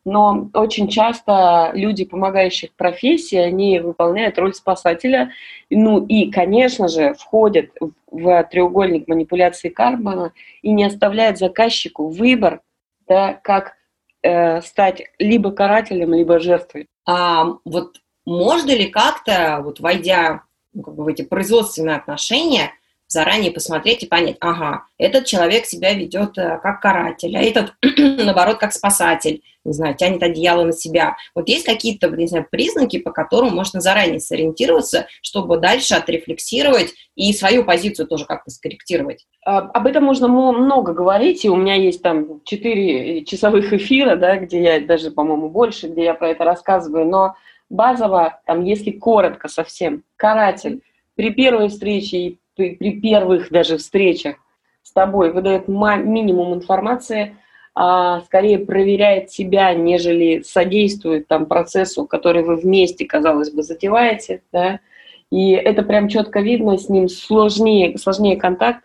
Но очень часто люди, помогающих профессии, они выполняют роль спасателя. Ну и, конечно же, входят в треугольник манипуляции Карпмана и не оставляют заказчику выбор, да, как стать либо карателем, либо жертвой. Вот можно ли как-то, вот войдя в эти производственные отношения, заранее посмотреть и понять, ага, этот человек себя ведет как каратель, а этот, наоборот, как спасатель, не знаю, тянет одеяло на себя. Вот есть какие-то, не знаю, признаки, по которым можно заранее сориентироваться, чтобы дальше отрефлексировать и свою позицию тоже как-то скорректировать? Об этом можно много говорить, и у меня есть там 4 часовых эфира, да, где я даже, по-моему, больше, где я про это рассказываю, но базово, там, если коротко совсем, каратель при первой встрече и при первых даже встречах с тобой выдает минимум информации, скорее проверяет себя, нежели содействует там процессу, который вы вместе, казалось бы, затеваете, да, и это прям четко видно, с ним сложнее контакт,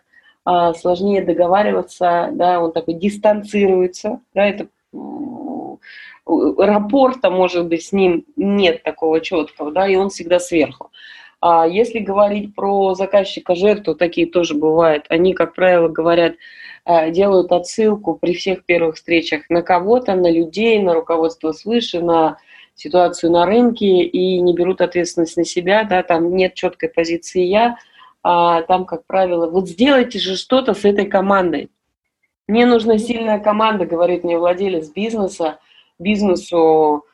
сложнее договариваться, да, он такой дистанцируется, да, это рапорта, может быть, с ним нет такого четкого, да, и он всегда сверху. А если говорить про заказчика-жертву, такие тоже бывают. Они, как правило, говорят, делают отсылку при всех первых встречах на кого-то, на людей, на руководство свыше, на ситуацию на рынке и не берут ответственность на себя, да, там нет четкой позиции «я», а там, как правило, вот сделайте же что-то с этой командой. Мне нужна сильная команда, говорит мне владелец бизнесу,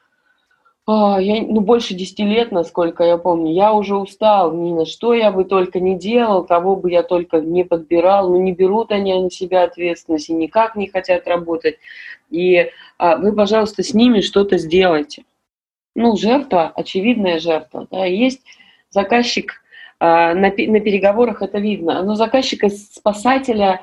больше 10 лет, насколько я помню, я уже устал, ни на что я бы только не делал, кого бы я только не подбирал, не берут они на себя ответственность и никак не хотят работать. И вы, пожалуйста, с ними что-то сделайте. Жертва, очевидная жертва. Да, есть заказчик, на переговорах это видно, но заказчика-спасателя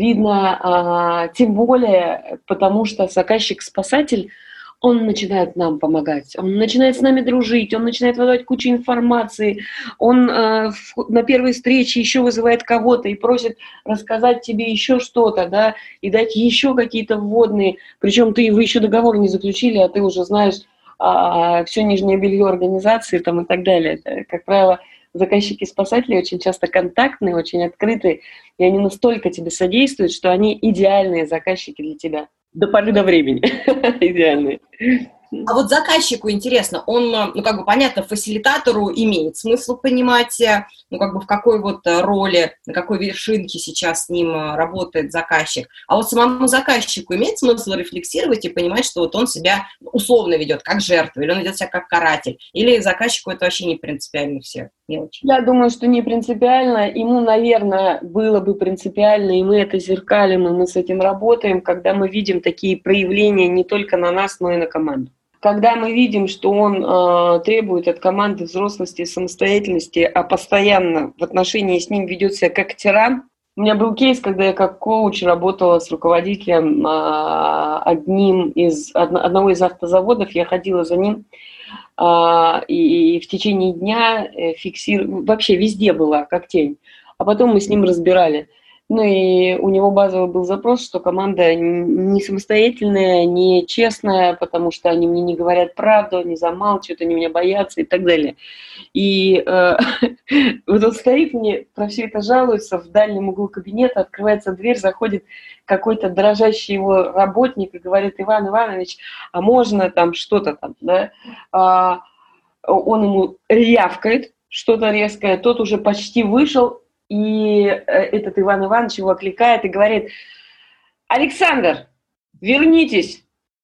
видно тем более, потому что заказчик-спасатель, он начинает нам помогать, он начинает с нами дружить, он начинает выдавать кучу информации, он на первой встрече еще вызывает кого-то и просит рассказать тебе еще что-то, да, и дать еще какие-то вводные, причем вы еще договор не заключили, а ты уже знаешь все нижнее белье организации там, и так далее. Это, как правило, заказчики-спасатели очень часто контактные, очень открытые, и они настолько тебе содействуют, что они идеальные заказчики для тебя. До поры до времени. Идеальные. А вот заказчику интересно, он, понятно, фасилитатору имеет смысл понимать, в какой вот роли, на какой вершинке сейчас с ним работает заказчик. А вот самому заказчику имеет смысл рефлексировать и понимать, что вот он себя условно ведет как жертва, или он ведет себя как каратель, или заказчику это вообще не принципиально все мелочи? Я думаю, что не принципиально. Ему, наверное, было бы принципиально, и мы это зеркалим, и мы с этим работаем, когда мы видим такие проявления не только на нас, но и на команду. Когда мы видим, что он требует от команды взрослости и самостоятельности, а постоянно в отношении с ним ведет себя как тиран. У меня был кейс, когда я как коуч работала с руководителем одного из автозаводов, я ходила за ним, и в течение дня вообще везде была, как тень. А потом мы с ним разбирали. И у него базовый был запрос, что команда не самостоятельная, не честная, потому что они мне не говорят правду, они замалчивают, они меня боятся и так далее. И вот он стоит мне, про все это жалуется, в дальнем углу кабинета открывается дверь, заходит какой-то дрожащий его работник и говорит: Иван Иванович, а можно там что-то там, да? Он ему рявкает что-то резкое, тот уже почти вышел, и этот Иван Иванович его окликает и говорит: Александр, вернитесь.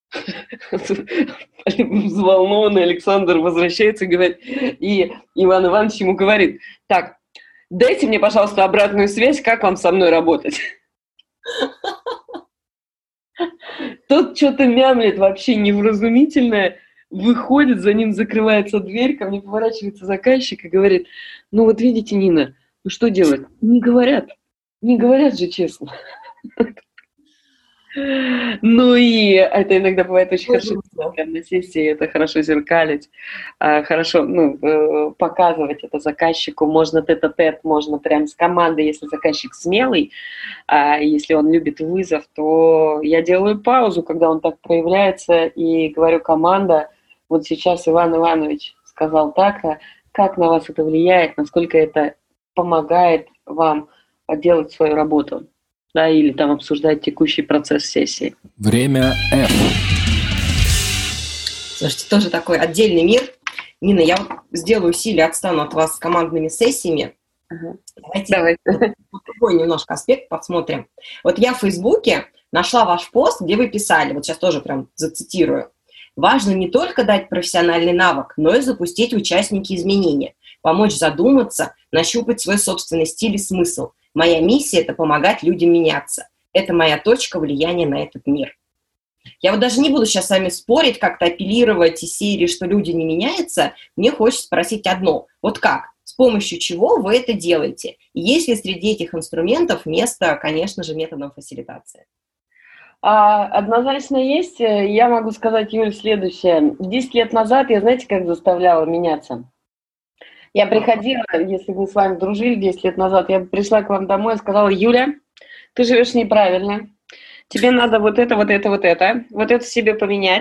Взволнованный Александр возвращается и говорит, и Иван Иванович ему говорит: так, дайте мне, пожалуйста, обратную связь, как вам со мной работать. Тот что-то мямлет вообще невразумительное, выходит, за ним закрывается дверь, ко мне поворачивается заказчик и говорит: вот видите, Нина, что делать? Не говорят же честно. И это иногда бывает очень хорошо на сессии, это хорошо зеркалить, хорошо показывать это заказчику, можно тет-а-тет, можно прям с командой, если заказчик смелый, если он любит вызов, то я делаю паузу, когда он так проявляется, и говорю: команда, вот сейчас Иван Иванович сказал так, как на вас это влияет, насколько это помогает вам делать свою работу, да, или там обсуждать текущий процесс сессии. Время F. Слушайте, тоже такой отдельный мир. Нина, я вот сделаю усилие, отстану от вас с командными сессиями. Давайте. Другой немножко аспект посмотрим. Вот я в Фейсбуке нашла ваш пост, где вы писали, вот сейчас тоже прям зацитирую: важно не только дать профессиональный навык, но и запустить участники изменения, помочь задуматься, нащупать свой собственный стиль и смысл. Моя миссия – это помогать людям меняться. Это моя точка влияния на этот мир. Я вот даже не буду сейчас с вами спорить, как-то апеллировать из серии, что люди не меняются. Мне хочется спросить одно. Вот как? С помощью чего вы это делаете? И есть ли среди этих инструментов место, конечно же, методом фасилитации? Однозначно есть. Я могу сказать, Юль, следующее. 10 лет назад я, знаете, как заставляла меняться? Я приходила, если мы с вами дружили 10 лет назад, я пришла к вам домой и сказала: Юля, ты живешь неправильно, тебе надо вот это себе поменять,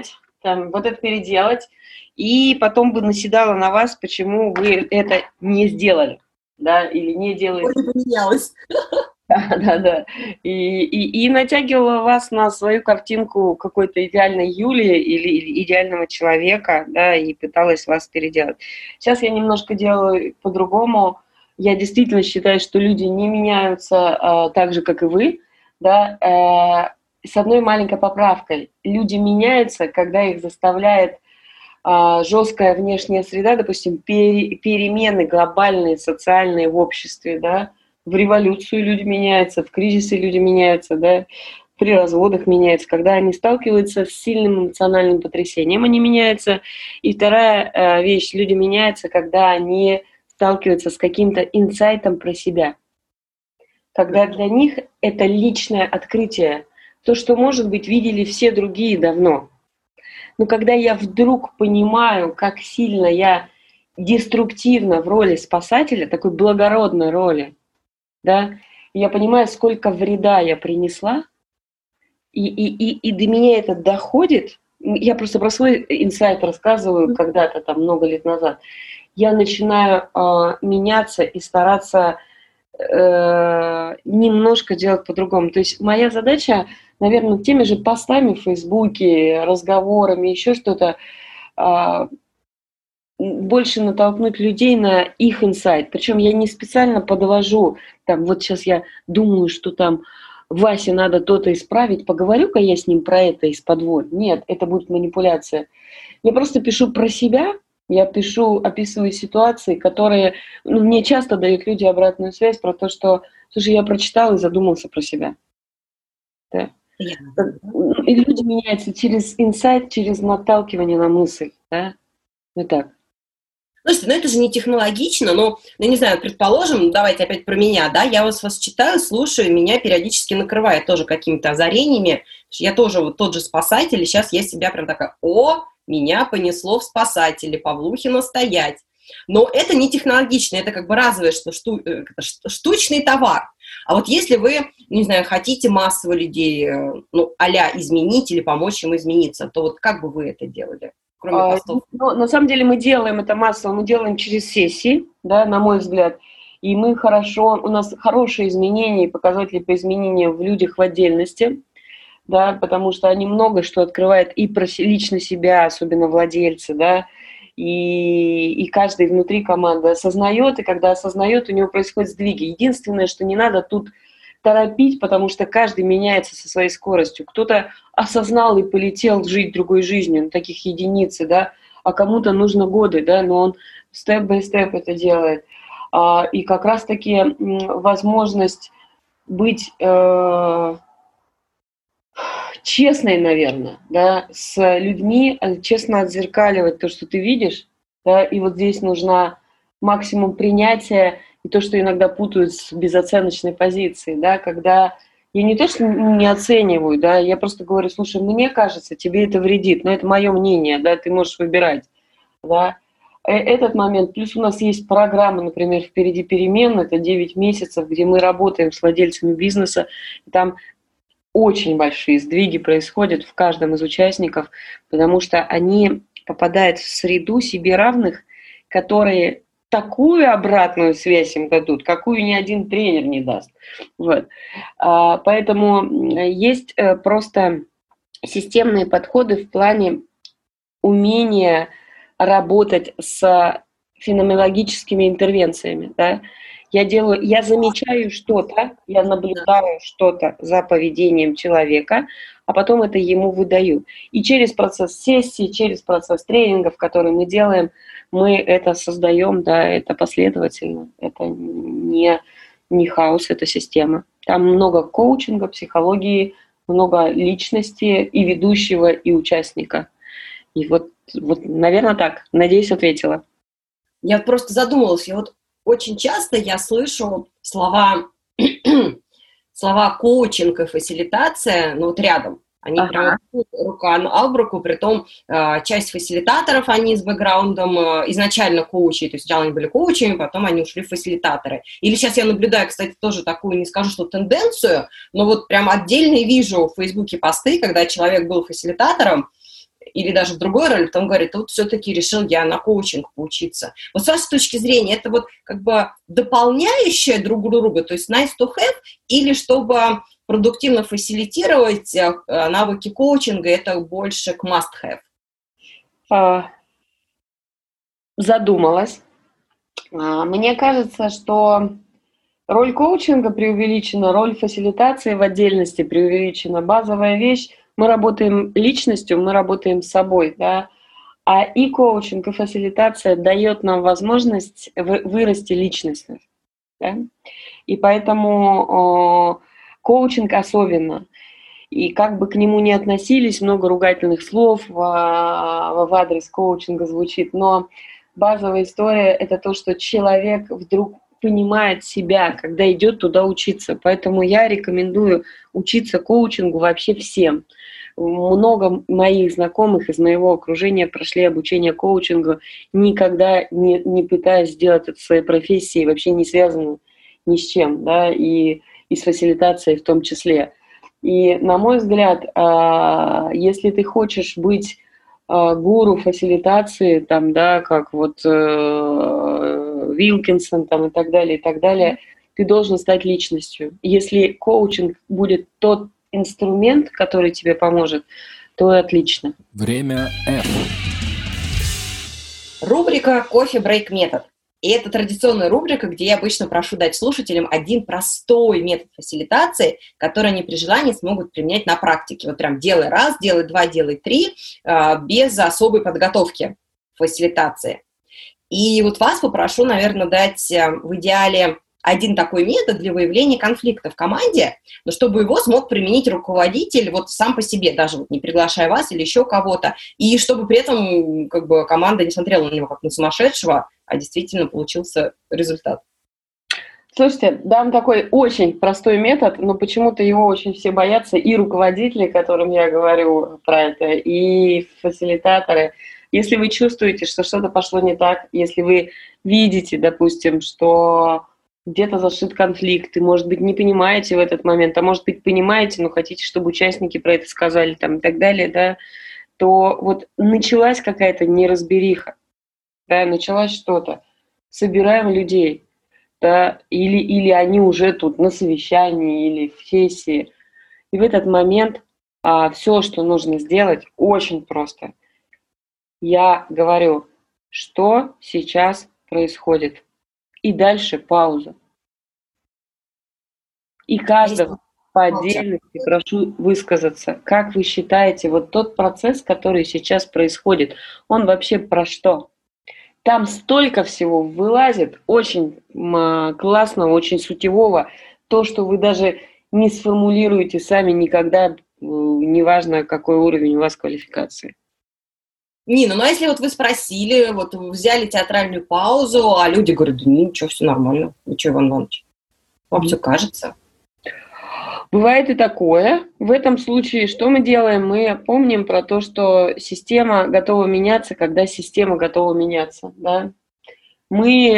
там, вот это переделать, и потом бы наседала на вас, почему вы это не сделали, да, или не делаете. Не поменялось. Да. И натягивала вас на свою картинку какой-то идеальной Юлии или идеального человека, да, и пыталась вас переделать. Сейчас я немножко делаю по-другому. Я действительно считаю, что люди не меняются так же, как и вы, да, с одной маленькой поправкой. Люди меняются, когда их заставляет жесткая внешняя среда, допустим, перемены глобальные, социальные в обществе, да, в революцию люди меняются, в кризисе люди меняются, да, при разводах меняются, когда они сталкиваются с сильным эмоциональным потрясением, они меняются. И вторая вещь, люди меняются, когда они сталкиваются с каким-то инсайтом про себя. Когда для них это личное открытие, то, что, может быть, видели все другие давно. Но когда я вдруг понимаю, как сильно я деструктивна в роли спасателя, такой благородной роли, да, я понимаю, сколько вреда я принесла, и до меня это доходит. Я просто про свой инсайт рассказываю когда-то, там, много лет назад. Я начинаю меняться и стараться немножко делать по-другому. То есть моя задача, наверное, теми же постами в Фейсбуке, разговорами, еще что-то, больше натолкнуть людей на их инсайт. Причем я не специально подвожу, там, вот сейчас я думаю, что там Васе надо то-то исправить, поговорю-ка я с ним про это из-под. Нет, это будет манипуляция. Я просто пишу про себя, я пишу, описываю ситуации, которые мне часто дают люди обратную связь про то, что, слушай, я прочитал и задумался про себя. Да. И люди меняются через инсайт, через наталкивание на мысль. Да? Вот так. Слушайте, это же не технологично, но, не знаю, предположим, давайте опять про меня, да, я вас читаю, слушаю, меня периодически накрывает тоже какими-то озарениями, я тоже вот тот же спасатель, и сейчас я себя прям такая, меня понесло в спасатели, Павлухина стоять. Но это не технологично, это как бы разовый штучный товар. А вот если вы, не знаю, хотите массово людей, а-ля изменить или помочь им измениться, то вот как бы вы это делали? Кроме постов. На самом деле мы делаем это массово, мы делаем через сессии, да, на мой взгляд. И у нас хорошие изменения и показатели по изменениям в людях в отдельности, да, потому что они много что открывают и про лично себя, особенно владельцы, да, и каждый внутри команды осознает, и когда осознает, у него происходят сдвиги. Единственное, что не надо тут торопить, потому что каждый меняется со своей скоростью. Кто-то осознал и полетел жить другой жизнью, таких единицы, да, а кому-то нужно годы, да, но он степ-бай-степ это делает. И как раз-таки возможность быть честной, наверное, да, с людьми, честно отзеркаливать то, что ты видишь, да, и вот здесь нужна максимум принятия и то, что иногда путают с безоценочной позицией, да, когда я не то, что не оцениваю, да, я просто говорю, слушай, мне кажется, тебе это вредит, но это мое мнение, да, ты можешь выбирать, да. Этот момент, плюс у нас есть программа, например, «Впереди перемен», это 9 месяцев, где мы работаем с владельцами бизнеса, и там очень большие сдвиги происходят в каждом из участников, потому что они попадают в среду себе равных, которые такую обратную связь им дадут, какую ни один тренер не даст. Вот. Поэтому есть просто системные подходы в плане умения работать с феноменологическими интервенциями. Да? Я замечаю что-то, я наблюдаю что-то за поведением человека, а потом это ему выдаю. И через процесс сессии, через процесс тренингов, которые мы делаем, мы это создаем, да, это последовательно, это не хаос, это система. Там много коучинга, психологии, много личности и ведущего, и участника. И вот, наверное, так. Надеюсь, ответила. Я просто задумалась, очень часто я слышу слова коучинг и фасилитация, рядом. Они прям рука об руку, притом часть фасилитаторов, они с бэкграундом изначально коучи, то есть сначала они были коучами, потом они ушли в фасилитаторы. Или сейчас я наблюдаю, кстати, тоже такую, не скажу, что тенденцию, но вот прям отдельно вижу в Фейсбуке посты, когда человек был фасилитатором, или даже в другой роли, потом говорит, вот все-таки решил я на коучинг поучиться. Вот с вашей точки зрения, это вот как бы дополняющее друг друга, то есть nice to have, или чтобы продуктивно фасилитировать навыки коучинга, это больше к must have? Задумалась. Мне кажется, что роль коучинга преувеличена, роль фасилитации в отдельности преувеличена. Базовая вещь, мы работаем личностью, мы работаем с собой, да, а и коучинг, и фасилитация дает нам возможность вырасти личностно, да? И поэтому коучинг особенно. И как бы к нему ни относились, много ругательных слов в адрес коучинга звучит, но базовая история – это то, что человек вдруг понимает себя, когда идет туда учиться. Поэтому я рекомендую учиться коучингу вообще всем. Много моих знакомых из моего окружения прошли обучение коучингу, никогда не пытаясь сделать это своей профессией, вообще не связано ни с чем, да, и с фасилитацией в том числе. И, на мой взгляд, если ты хочешь быть гуру фасилитации, там, да, как вот Вилкинсон там, и так далее, ты должен стать личностью. Если коучинг будет тот инструмент, который тебе поможет, то отлично. Время F. Рубрика «Кофе-брейк метод». И это традиционная рубрика, где я обычно прошу дать слушателям один простой метод фасилитации, который они при желании смогут применять на практике. Вот прям делай раз, делай два, делай три, без особой подготовки фасилитации. И вот вас попрошу, наверное, дать в идеале один такой метод для выявления конфликта в команде, но чтобы его смог применить руководитель вот сам по себе, даже вот не приглашая вас или еще кого-то, и чтобы при этом как бы команда не смотрела на него как на сумасшедшего, а действительно получился результат. Слушайте, дам такой очень простой метод, но почему-то его очень все боятся, и руководители, которым я говорю про это, и фасилитаторы. Если вы чувствуете, что что-то пошло не так, если вы видите, допустим, что где-то зашит конфликт, и, может быть, не понимаете в этот момент, а может быть, понимаете, но хотите, чтобы участники про это сказали там, и так далее, да, то вот началась какая-то неразбериха, да, началось что-то. Собираем людей, да, или они уже тут на совещании или в сессии. И в этот момент все, что нужно сделать, очень просто. Я говорю, что сейчас происходит. И дальше пауза. И каждого по отдельности прошу высказаться. Как вы считаете, вот тот процесс, который сейчас происходит, он вообще про что? Там столько всего вылазит, очень классно, очень сутевого. То, что вы даже не сформулируете сами никогда, неважно, какой уровень у вас квалификации. Нина, ну а если вот вы спросили, вот взяли театральную паузу, а люди говорят, да ничего, все нормально, вы что, Иван Иванович, вам все кажется? Бывает и такое. В этом случае что мы делаем? Мы помним про то, что система готова меняться, когда система готова меняться. Да? Мы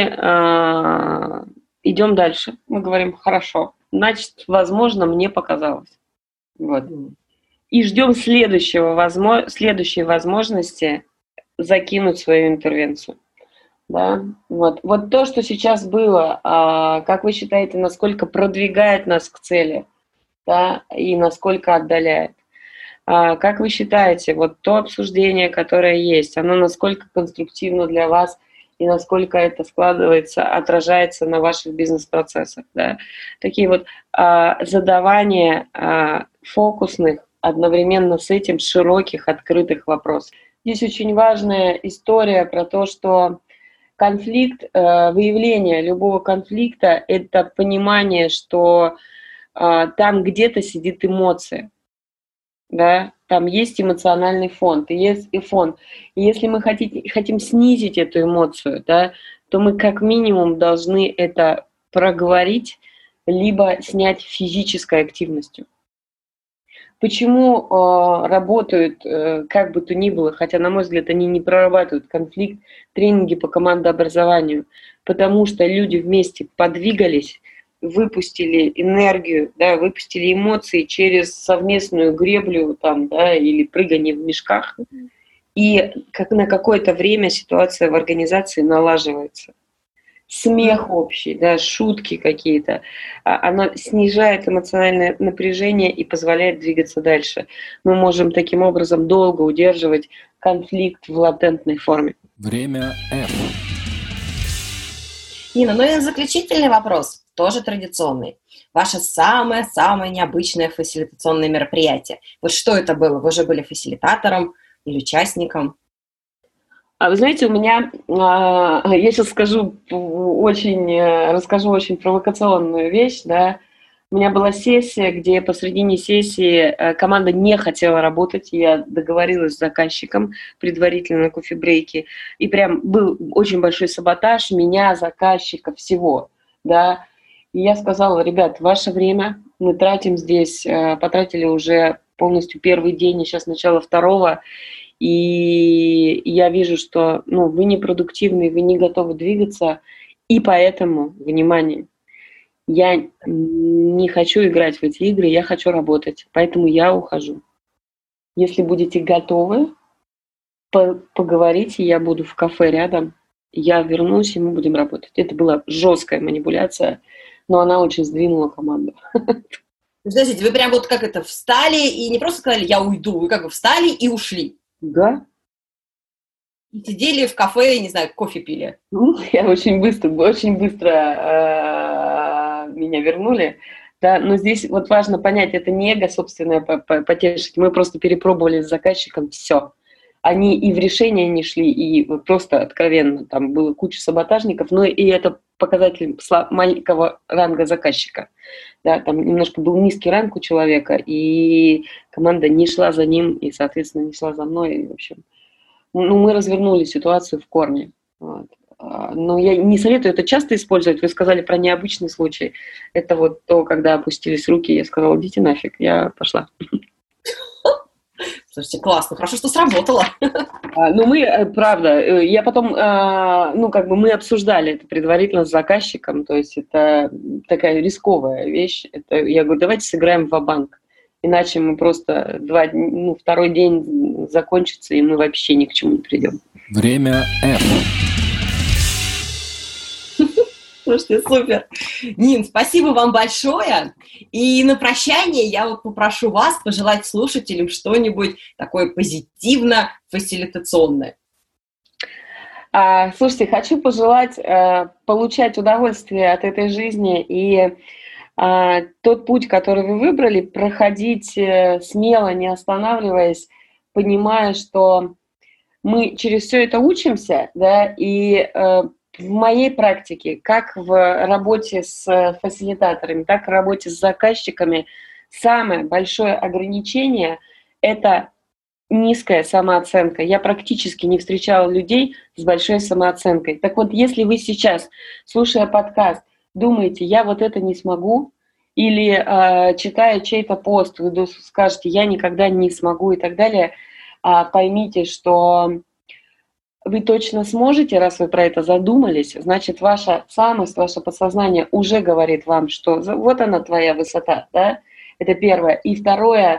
идем дальше. Мы говорим, хорошо, значит, возможно, мне показалось. Вот. И ждем следующей возможности закинуть свою интервенцию. Да? Вот то, что сейчас было, как вы считаете, насколько продвигает нас к цели, да, и насколько отдаляет? Как вы считаете, вот то обсуждение, которое есть, оно насколько конструктивно для вас и насколько это складывается, отражается на ваших бизнес-процессах? Да? Такие вот задавания фокусных, одновременно с этим широких, открытых вопросов. Здесь очень важная история про то, что конфликт, выявление любого конфликта – это понимание, что там где-то сидит эмоция, да? Там есть эмоциональный фон, и есть и фон. И если мы хотим снизить эту эмоцию, да, то мы как минимум должны это проговорить, либо снять физической активностью. Почему работают, как бы то ни было, хотя, на мой взгляд, они не прорабатывают конфликт, тренинги по командообразованию? Потому что люди вместе подвигались, выпустили энергию, да, выпустили эмоции через совместную греблю там, да, или прыгание в мешках, И как на какое-то время ситуация в организации налаживается. Смех общий, да, шутки какие-то, она снижает эмоциональное напряжение и позволяет двигаться дальше. Мы можем таким образом долго удерживать конфликт в латентной форме. Время F. Нина, ну и заключительный вопрос, тоже традиционный. Ваше самое-самое необычное фасилитационное мероприятие. Вот что это было? Вы же были фасилитатором или участником? А вы знаете, у меня, я сейчас расскажу очень провокационную вещь, да. У меня была сессия, где посредине сессии команда не хотела работать, я договорилась с заказчиком предварительно на кофе-брейке, и прям был очень большой саботаж меня, заказчика, всего, да. И я сказала: ребят, ваше время, мы тратим здесь, потратили уже полностью первый день, и сейчас начало второго, и я вижу, что вы непродуктивны, вы не готовы двигаться, и поэтому, внимание, я не хочу играть в эти игры, я хочу работать, поэтому я ухожу. Если будете готовы, поговорите, я буду в кафе рядом, я вернусь, и мы будем работать. Это была жесткая манипуляция, но она очень сдвинула команду. Подождите, вы прям вот как это, встали и не просто сказали «я уйду», вы как бы встали и ушли? Да. И сидели в кафе, не знаю, кофе пили? Я очень быстро меня вернули. Да, но здесь вот важно понять, это не эго собственное потешить. Мы просто перепробовали с заказчиком все. Они и в решение не шли, и просто откровенно. Там было куча саботажников, но и это показатель маленького ранга заказчика. Да, там немножко был низкий ранг у человека, и команда не шла за ним, и, соответственно, не шла за мной. И, в общем, мы развернули ситуацию в корне. Вот. Но я не советую это часто использовать. Вы сказали про необычный случай. Это вот то, когда опустились руки, я сказала: идите нафиг, я пошла. Слушайте, классно, хорошо, что сработало. Мы, правда, я потом, мы обсуждали это предварительно с заказчиком, то есть это такая рисковая вещь. Я говорю: давайте сыграем ва-банк, иначе мы просто второй день закончится, и мы вообще ни к чему не придем. Время F. Слушайте, супер. Нин, спасибо вам большое. И на прощание я вот попрошу вас пожелать слушателям что-нибудь такое позитивно-фасилитационное. Слушайте, хочу пожелать получать удовольствие от этой жизни и тот путь, который вы выбрали, проходить смело, не останавливаясь, понимая, что мы через все это учимся, да, и в моей практике, как в работе с фасилитаторами, так и в работе с заказчиками, самое большое ограничение – это низкая самооценка. Я практически не встречала людей с большой самооценкой. Так вот, если вы сейчас, слушая подкаст, думаете: я вот это не смогу, или читая чей-то пост, вы скажете: я никогда не смогу и так далее, поймите, что вы точно сможете, раз вы про это задумались, значит, ваша самость, ваше подсознание уже говорит вам, что вот она твоя высота, да? Это первое. И второе,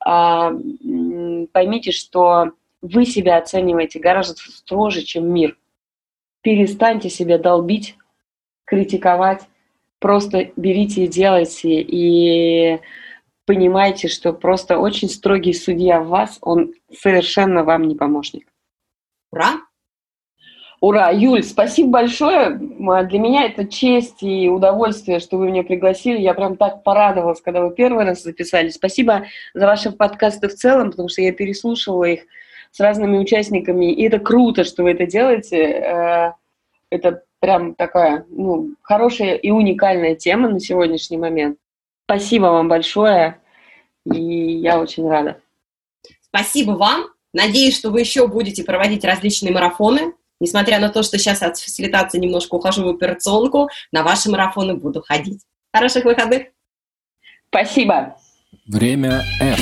поймите, что вы себя оцениваете гораздо строже, чем мир. Перестаньте себя долбить, критиковать, просто берите и делайте, и понимайте, что просто очень строгий судья в вас, он совершенно вам не помощник. Ура! Ура! Юль, спасибо большое. Для меня это честь и удовольствие, что вы меня пригласили. Я прям так порадовалась, когда вы первый раз записали. Спасибо за ваши подкасты в целом, потому что я переслушивала их с разными участниками. И это круто, что вы это делаете. Это прям такая хорошая и уникальная тема на сегодняшний момент. Спасибо вам большое, и я очень рада. Спасибо вам. Надеюсь, что вы еще будете проводить различные марафоны. Несмотря на то, что сейчас от фасилитации немножко ухожу в операционку, на ваши марафоны буду ходить. Хороших выходных. Спасибо. Время F.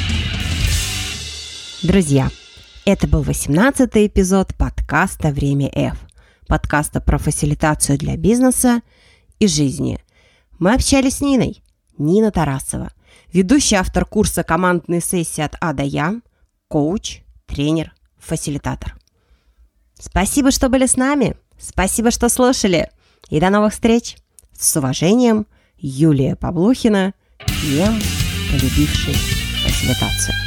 Друзья, это был 18-й эпизод подкаста «Время F», подкаста про фасилитацию для бизнеса и жизни. Мы общались с Ниной, Нина Тарасова, ведущий автор курса «Командные сессии от А до Я», коуч, тренер, фасилитатор. Спасибо, что были с нами. Спасибо, что слушали. И до новых встреч. С уважением, Юлия Павлухина, ем, полюбивший фасилитацию.